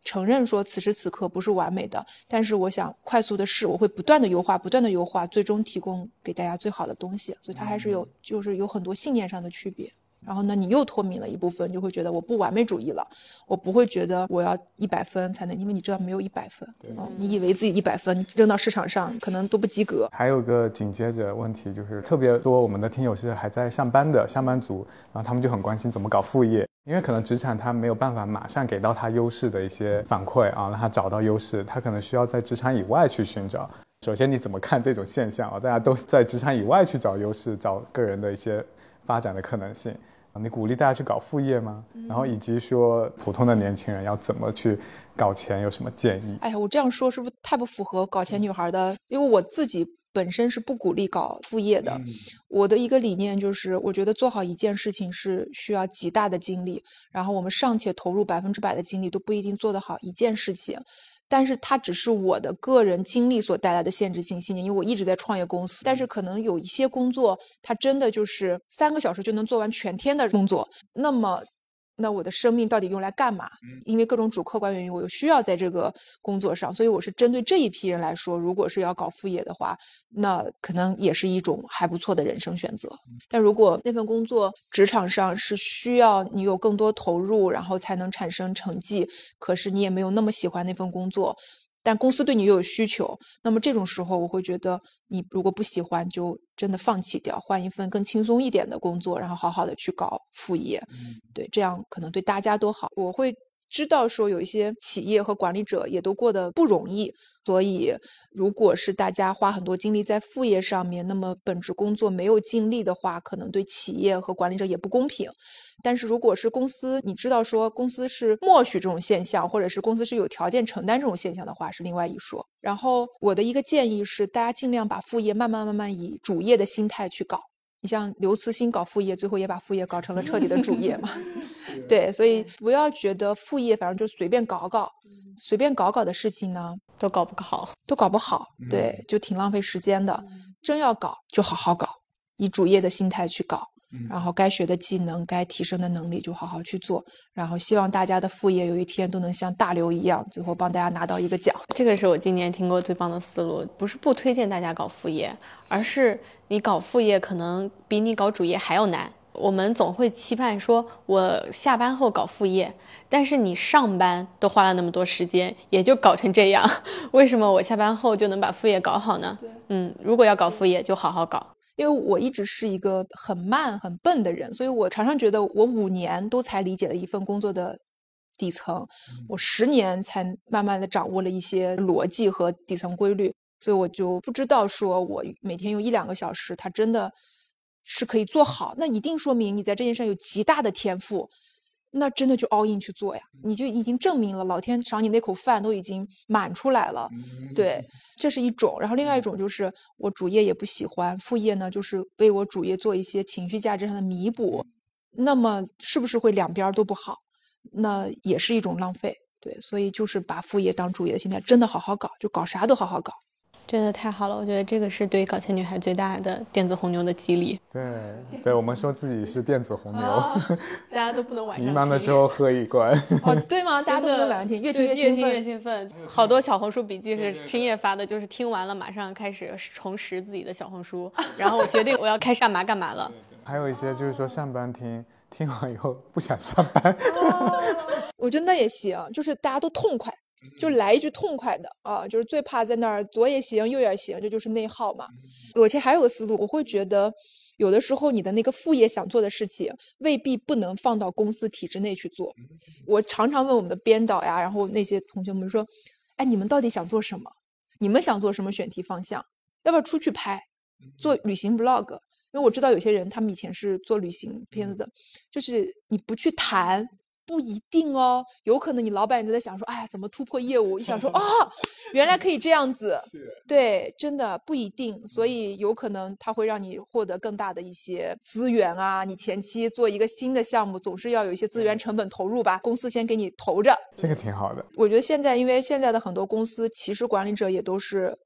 承认说此时此刻不是完美的，但是我想快速的试，我会不断的优化不断的优化，最终提供给大家最好的东西，所以它还是有就是有很多信念上的区别。然后呢，你又脱敏了一部分，就会觉得我不完美主义了，我不会觉得我要一百分才能，因为你知道没有一百分，嗯，你以为自己一百分扔到市场上可能都不及格。 还有个紧接着问题就是特别多我们的听友是还在上班的上班族，然后他们就很关心怎么搞副业，因为可能职场他没有办法马上给到他优势的一些反馈啊，让他找到优势，他可能需要在职场以外去寻找。首先你怎么看这种现象啊？大家都在职场以外去找优势，找个人的一些发展的可能性，你鼓励大家去搞副业吗？然后以及说普通的年轻人要怎么去搞钱，有什么建议？ 哎呀，我这样说是不是太不符合搞钱女孩的？因为我自己本身是不鼓励搞副业的。嗯、我的一个理念就是，我觉得做好一件事情是需要极大的精力，然后我们尚且投入百分之百的精力都不一定做得好一件事情。但是它只是我的个人经历所带来的限制性信念，因为我一直在创业公司，但是可能有一些工作它真的就是三个小时就能做完全天的工作，那么那我的生命到底用来干嘛？因为各种主客观原因，我又需要在这个工作上，所以我是针对这一批人来说，如果是要搞副业的话，那可能也是一种还不错的人生选择。但如果那份工作职场上是需要你有更多投入，然后才能产生成绩，可是你也没有那么喜欢那份工作，但公司对你又有需求，那么这种时候我会觉得你如果不喜欢就真的放弃掉，换一份更轻松一点的工作，然后好好的去搞副业。嗯、对，这样可能对大家都好。我会知道说有一些企业和管理者也都过得不容易，所以如果是大家花很多精力在副业上面，那么本职工作没有尽力的话，可能对企业和管理者也不公平。但是如果是公司，你知道说公司是默许这种现象，或者是公司是有条件承担这种现象的话，是另外一说。然后我的一个建议是，大家尽量把副业慢慢慢慢以主业的心态去搞。你像刘慈欣搞副业，最后也把副业搞成了彻底的主业嘛。对，所以不要觉得副业反正就随便搞搞，随便搞搞的事情呢都搞不好， 都搞不好，对，就挺浪费时间的。真要搞就好好搞，以主业的心态去搞，然后该学的技能该提升的能力就好好去做，然后希望大家的副业有一天都能像大刘一样，最后帮大家拿到一个奖。 这个是我今年听过最棒的思路，不是不推荐大家搞副业，而是你搞副业可能比你搞主业还要难。我们总会期盼说我下班后搞副业，但是你上班都花了那么多时间，也就搞成这样，为什么我下班后就能把副业搞好呢？嗯，如果要搞副业就好好搞。 因为我一直是一个很慢很笨的人，所以我常常觉得我五年都才理解了一份工作的底层，我十年才慢慢的掌握了一些逻辑和底层规律，所以我就不知道说我每天用一两个小时它真的是可以做好，那一定说明你在这件事上有极大的天赋，那真的就 all in 去做呀，你就已经证明了老天赏你那口饭都已经满出来了。对，这是一种。然后另外一种就是我主业也不喜欢，副业呢就是为我主业做一些情绪价值上的弥补，那么是不是会两边都不好？那也是一种浪费。对，所以就是把副业当主业的心态，真的好好搞，就搞啥都好好搞。 真的太好了，我觉得这个是对搞钱女孩最大的电子红牛的激励。 对对，我们说自己是电子红牛，哦、 大家都不能晚上听， 迷茫的时候喝一罐。 哦，对吗？大家都不能晚上听，越听越兴奋，越听越兴奋。好多小红书笔记是深夜发的，就是听完了马上开始重拾自己的小红书，然后我决定我要开始干嘛干嘛了。 还有一些就是说上班听，听完以后不想上班。 哦、我觉得那也行，就是大家都痛快。就来一句痛快的啊，就是最怕在那儿左也行右也行，这就是内耗嘛。我其实还有个思路，我会觉得有的时候你的那个副业想做的事情未必不能放到公司体制内去做。我常常问我们的编导呀，然后那些同学们说，哎，你们到底想做什么？你们想做什么选题方向？要不要出去拍做旅行 vlog？ 因为我知道有些人他们以前是做旅行片子的，就是你不去谈不一定哦，有可能你老板也在想说，哎呀，怎么突破业务？一想说啊，原来可以这样子，对，真的不一定，所以有可能它会让你获得更大的一些资源啊。你前期做一个新的项目，总是要有一些资源成本投入吧，公司先给你投着， 这个挺好的。 我觉得现在，因为现在的很多公司，其实管理者也都是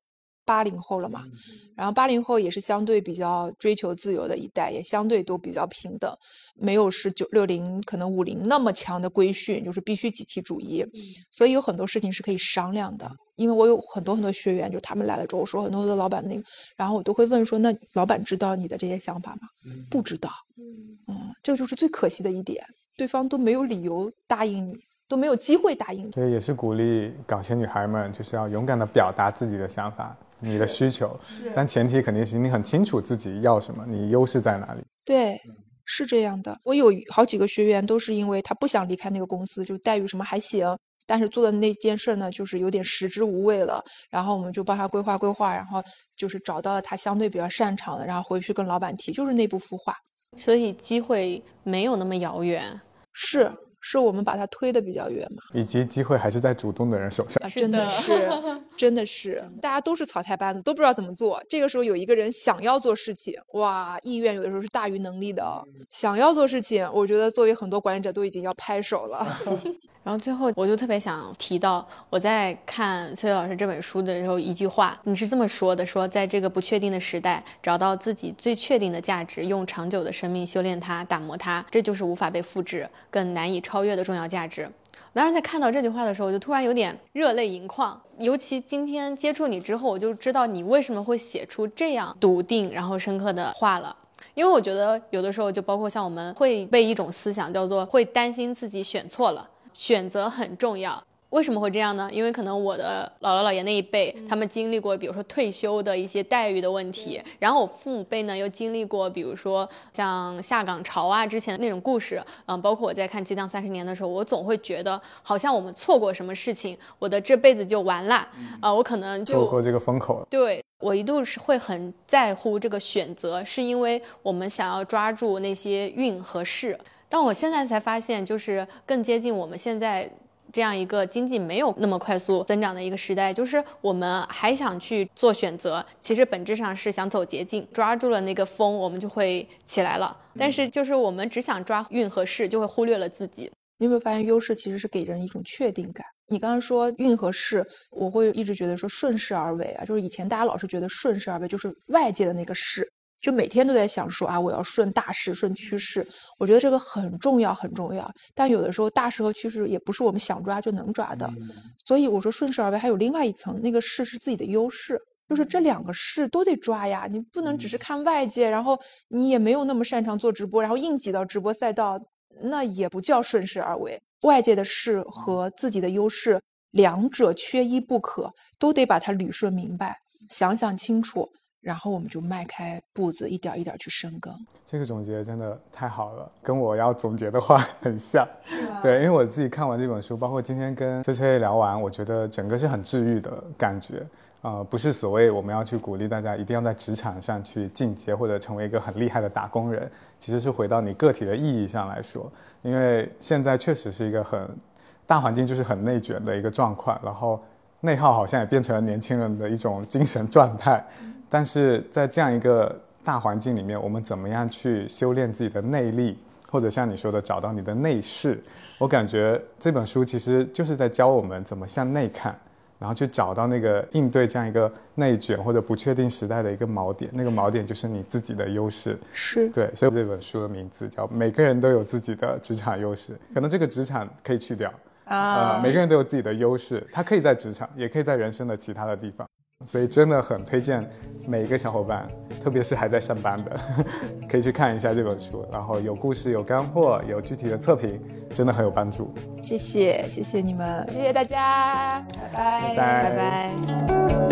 八零后了嘛，然后八零后也是相对比较追求自由的一代，也相对都比较平等，没有是九六零可能五零那么强的规训，就是必须集体主义，所以有很多事情是可以商量的。因为我有很多很多学员，就他们来了之后，我说很多很多老板那个，然后我都会问说，那老板知道你的这些想法吗？不知道，嗯，这就是最可惜的一点，对方都没有理由答应你，都没有机会答应你。 所以也是鼓励搞钱女孩们，就是要勇敢的表达自己的想法，你的需求，但前提肯定是你很清楚自己要什么，你优势在哪里。 对。是这样的，我有好几个学员都是因为他不想离开那个公司，就待遇什么还行，但是做的那件事呢，就是有点食之无味了。然后我们就帮他规划规划，然后就是找到了他相对比较擅长的，然后回去跟老板提，就是内部孵化。 所以机会没有那么遥远， 是是我们把它推得比较远嘛， 以及机会还是在主动的人手上。 啊、真的是真的是大家都是草台班子，都不知道怎么做。这个时候有一个人想要做事情，哇，意愿有的时候是大于能力的。想要做事情，我觉得作为很多管理者都已经要拍手了。 然后最后我就特别想提到我在看崔老师这本书的时候一句话，你是这么说的，说在这个不确定的时代找到自己最确定的价值，用长久的生命修炼它，打磨它，这就是无法被复制更难以超越的重要价值。当时在看到这句话的时候，我就突然有点热泪盈眶，尤其今天接触你之后，我就知道你为什么会写出这样笃定然后深刻的话了。因为我觉得有的时候就包括像我们会被一种思想叫做会担心自己选错了，选择很重要。为什么会这样呢？因为可能我的姥姥姥爷那一辈、嗯、他们经历过比如说退休的一些待遇的问题、嗯、然后我父母辈呢又经历过比如说像下岗潮啊之前的那种故事，嗯，包括我在看激荡三十年的时候，我总会觉得好像我们错过什么事情，我的这辈子就完了、嗯呃、我可能就错过这个风口了。 对，我一度是会很在乎这个选择，是因为我们想要抓住那些运和势。但我现在才发现，就是更接近我们现在这样一个经济没有那么快速增长的一个时代，就是我们还想去做选择，其实本质上是想走捷径，抓住了那个风我们就会起来了，但是就是我们只想抓运和势，就会忽略了自己。 你有没有发现优势其实是给人一种确定感？你刚刚说运和势，我会一直觉得说顺势而为啊，就是以前大家老是觉得顺势而为就是外界的那个势，就每天都在想说啊，我要顺大势顺趋势，我觉得这个很重要很重要，但有的时候大势和趋势也不是我们想抓就能抓的、嗯、所以我说顺势而为还有另外一层，那个势是自己的优势，就是这两个势都得抓呀，你不能只是看外界，然后你也没有那么擅长做直播，然后硬挤到直播赛道，那也不叫顺势而为。外界的势和自己的优势两者缺一不可，都得把它捋顺明白，想想清楚，然后我们就迈开步子，一点一点去深耕。 这个总结真的太好了，跟我要总结的话很像。对，因为我自己看完这本书，包括今天跟崔崔聊完，我觉得整个是很治愈的感觉。呃，不是所谓我们要去鼓励大家一定要在职场上去进阶或者成为一个很厉害的打工人，其实是回到你个体的意义上来说，因为现在确实是一个很大环境就是很内卷的一个状况，然后内耗好像也变成了年轻人的一种精神状态。但是在这样一个大环境里面，我们怎么样去修炼自己的内力，或者像你说的找到你的内势，我感觉这本书其实就是在教我们怎么向内看，然后去找到那个应对这样一个内卷或者不确定时代的一个锚点，那个锚点就是你自己的优势。 是， 对，所以这本书的名字叫每个人都有自己的职场优势，可能这个职场可以去掉啊、呃，每个人都有自己的优势，它可以在职场也可以在人生的其他的地方，所以真的很推荐每一个小伙伴，特别是还在上班的可以去看一下这本书，然后有故事有干货有具体的测评，真的很有帮助。 谢谢谢谢你们，谢谢大家，拜拜拜拜拜拜。